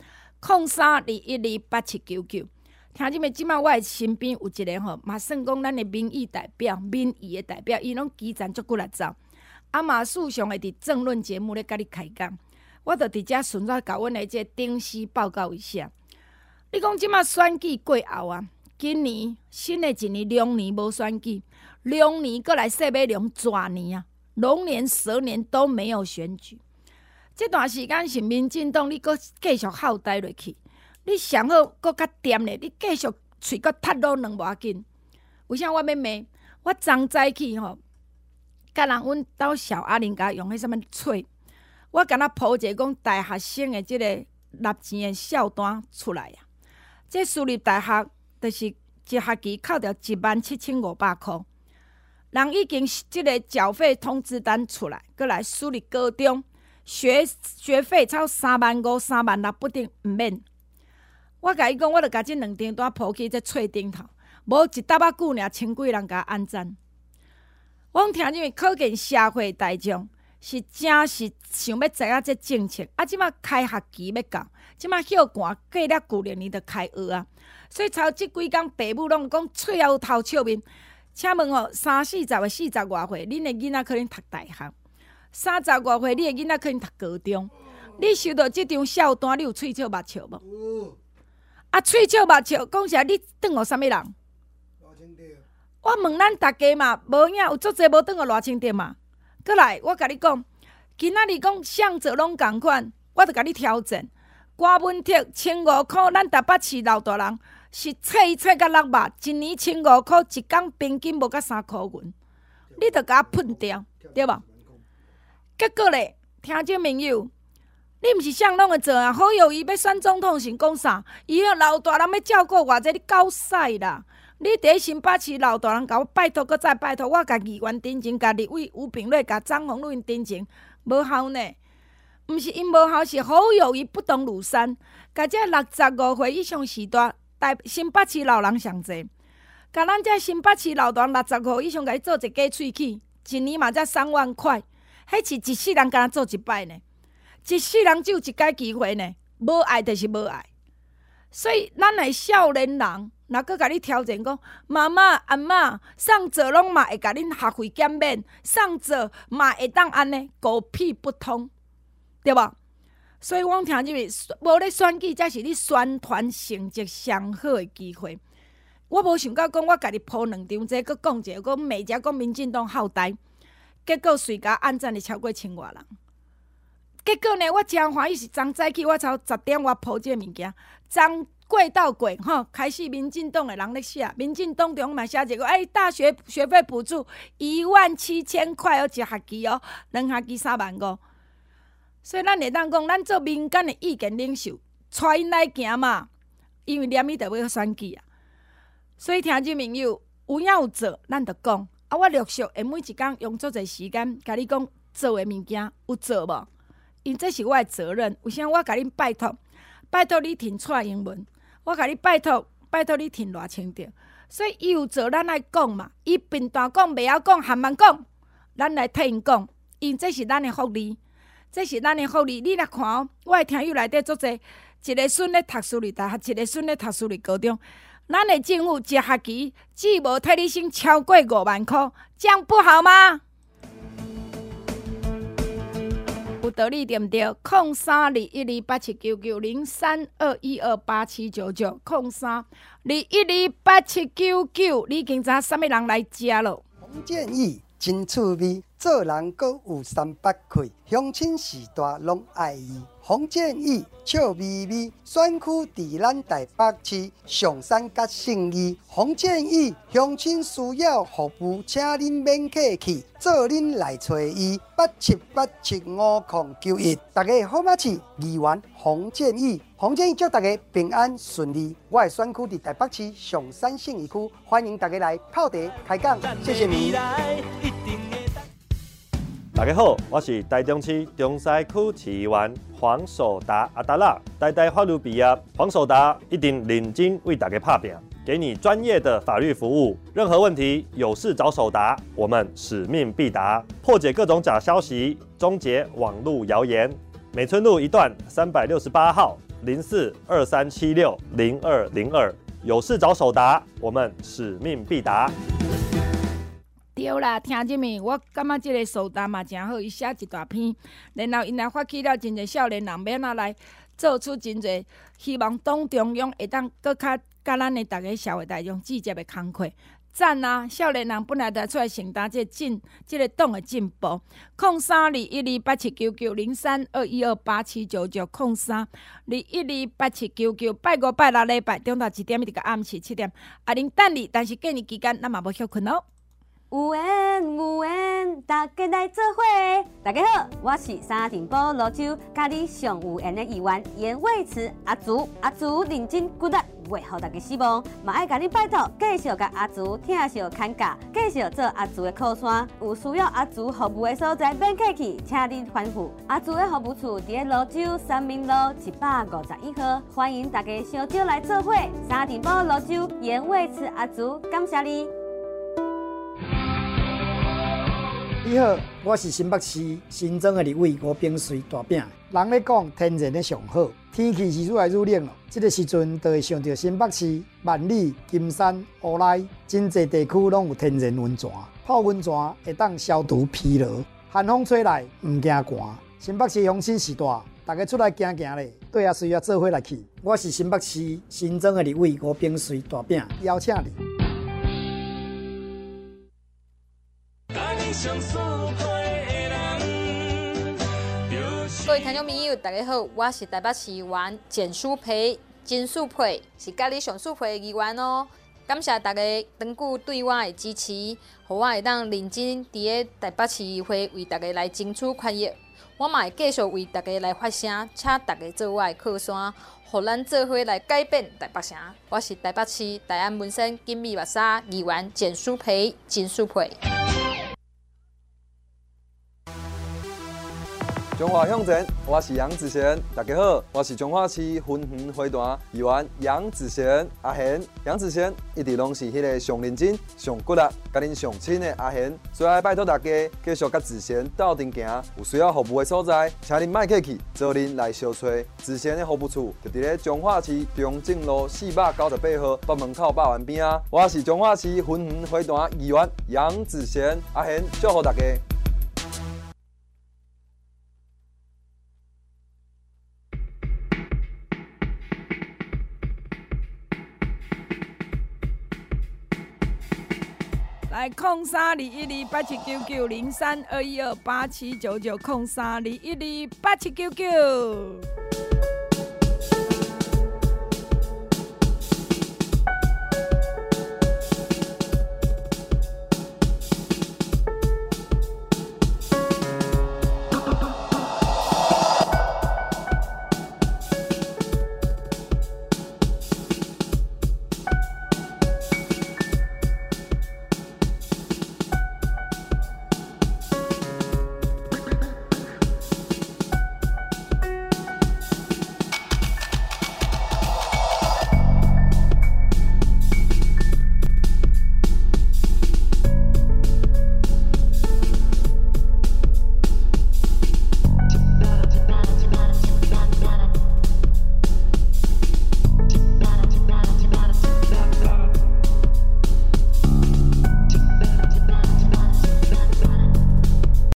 ，03-212-8799。听即个，即马我的身边有一个吼，嘛算讲咱的民意代表、民意的代表，伊拢基层足久来走，啊嘛时常会伫政论节目咧甲你开讲，我着伫遮顺便甲阮的这电视报告一下。你讲即马选举过后啊，今年新的一年龙年无选举，龙年过来说要龙蛇年啊，龙年蛇年都没有选举。这段时间是民进党，你搁继续耗待落去。你上好，搁较掂咧，你继续喙搁踢落两无要紧。为啥我要骂？我昨早起吼，甲人阮兜小阿玲家用迄什物册，我敢若铺一个讲大学生的即个纳钱的票单出来啊。这私立大学就是一学期扣掉17500块，人已经即个缴费通知单出来，过来私立高中学费超35000、36000不定毋免。我甲伊讲，我著甲即2张单铺去这册顶头，无一搭仔久尔，千几人甲按赞。我听入可见社会大众是真是想要知影这政策。啊，即马开学期要到，即马休寒过了旧年就开学啊，所以超即几工爸母拢讲喙有头笑面。请问吼，30、40外岁，恁的囡仔可能读大学；30外岁，你的囡仔可能读高中。你收到即张票单，你有喙笑目笑无？啊，喙笑目笑，讲实在，你转互啥物人？我问咱大家嘛，无影有足侪无转互偌清点嘛。过来，我甲你讲，今仔日讲向者拢共款，我著甲你挑战。瓜文剔1500块，咱台北市老大人是切到6百，一年1500块，一工平均无甲3块元，你著甲我喷掉，对无？结果咧，听众朋友。你毋是啥拢会做啊？好友伊要选总统时讲啥？伊个老大人要照顾偌济，你够使啦！你伫新北市老大人甲我拜托，搁再拜托，我甲议员真情，甲立委吴秉瑞，甲张宏陆因真情，无效呢。毋是因无效，是好友伊不懂庐山。甲这65岁以上时代，新北市老人上济。甲咱这新北市老大人65岁以上，甲伊做一家喙齿，一年嘛才3万块，迄是一世人敢若做一摆呢。一世人只有一摆机会呢，无爱就是无爱。所以咱的少年人，若搁甲你挑战讲，妈妈、阿嬷上者拢嘛会甲恁学费减免，上者嘛会当安尼狗屁不通，对无？所以我听入去，无咧选举才是你宣传成绩上好的机会。我无想到讲，我家己铺2张，这搁讲一个，讲骂者讲民进党好呆，结果随甲按赞的超过1000外人。结果呢，我真欢喜是昨早起，我超10点我铺这物件，昨过到过吼，开始民进党的人咧写，民进党中嘛写一个，大学学费补助17000块哦，一学期哦，2学期35000。所以咱会当讲，咱做民间的意见领袖，带因来行嘛，因为念伊就要选举啊。所以听众朋友有影有做，咱就讲啊，我陆续会每一工用足侪时间，甲你讲做的物件有做无？因这是我的责任，为啥我甲恁拜托？拜托你填蔡英文，我甲你拜托你填赖清德， 所以伊有做，咱爱讲嘛。伊平淡讲袂晓讲，含慢讲，咱来替因讲，因这是咱的福利，这是咱的福利。你来看哦，我的听友内底足侪，一个孙咧读私立大学，一个孙咧读私立高中。咱的政府一学期只无替你省超过5万块，这样不好吗？有道理对毋对？0321287990321287990321287990，你已经知啥物人来食咯？ 洪建义真趣味，做人阁有300开，乡亲时代拢爱伊。洪建义笑眯眯，选区伫咱台北市上山甲信义。洪建义乡亲需要服务，请恁免客气，做恁来找伊87875091。大家好，我是议员洪建义。洪建义祝大家平安顺利。我的选区伫台北市上山信义区，欢迎大家来泡茶开讲，谢谢你。 大家好，我是台中市中西区市议员黄守达阿达拉。台大法律毕业，黄守达一定认真为大家拍拼，给你专业的法律服务。任何问题有事找守达，我们使命必达，破解各种假消息，终结网络谣言。美村路一段368号0423760202，有事找守达，我们使命必达。 对啦，听入面，我感觉即个守达嘛真好，伊写一大篇，然后因也发起了真侪少年人免来做出真侪，希望党中央会当搁较甲咱的逐个社会大众直接的工课。赞啊！少年人本来就出来承担即个党的进步。0321287990321287990321287999，拜5拜6礼拜，中昼1点一直到暗时7点。啊，恁等你，但是过年期间咱嘛无休困哦。 有缘有缘，大家来做伙。大家好，我是沙尘堡泸州甲你上有缘的议员严伟慈阿竹。阿竹认真骨力，袂互大家失望。嘛爱甲你拜托，继续甲阿竹疼惜看教，继续做阿竹的靠山。有需要阿竹服务的所在，免客气，请您吩咐。阿竹的服务处伫咧泸州三民路151号，欢迎大家相招来做伙。沙尘堡泸州严伟慈阿竹，感谢你。 你好，我是新北市新庄的立委吴炳瑞大饼。人咧讲天然的上好，天气是愈来愈冷了。这个时阵，就会想到新北市万里、金山、乌来，真侪地区拢有天然温泉。泡温泉会当消除疲劳，寒风吹来唔惊寒。新北市乡亲时代，大家出来行行咧，对啊，需要做伙来去。我是新北市新庄的立委吴炳瑞大饼，邀请你。 各位听众朋友，大家好，我是台北市议员简淑培，金淑培是甲你上淑培的议员哦。感谢大家长久对我的支持，互我会当认真伫咧台北市议会为大家来争取权益。我嘛会继续为大家来发声，请大家做我的靠山，互咱做伙来改变台北城。我是台北市大安文山金美目沙议员简淑培，金淑培。 中华向前，我是杨子贤。大家好，我是中华市分园会团议员杨子贤阿贤。杨子贤一直拢是迄个上认真、上骨力、甲恁上亲的阿贤。所以拜托大家继续甲子贤斗阵行，有需要服务的所在，请恁莫客气，找恁来相找。子贤的服务处就伫咧中华市中正路498号北门口百万边啊。我是中华市分园会团议员杨子贤阿贤，祝福大家。 来0321287990321287990321287999。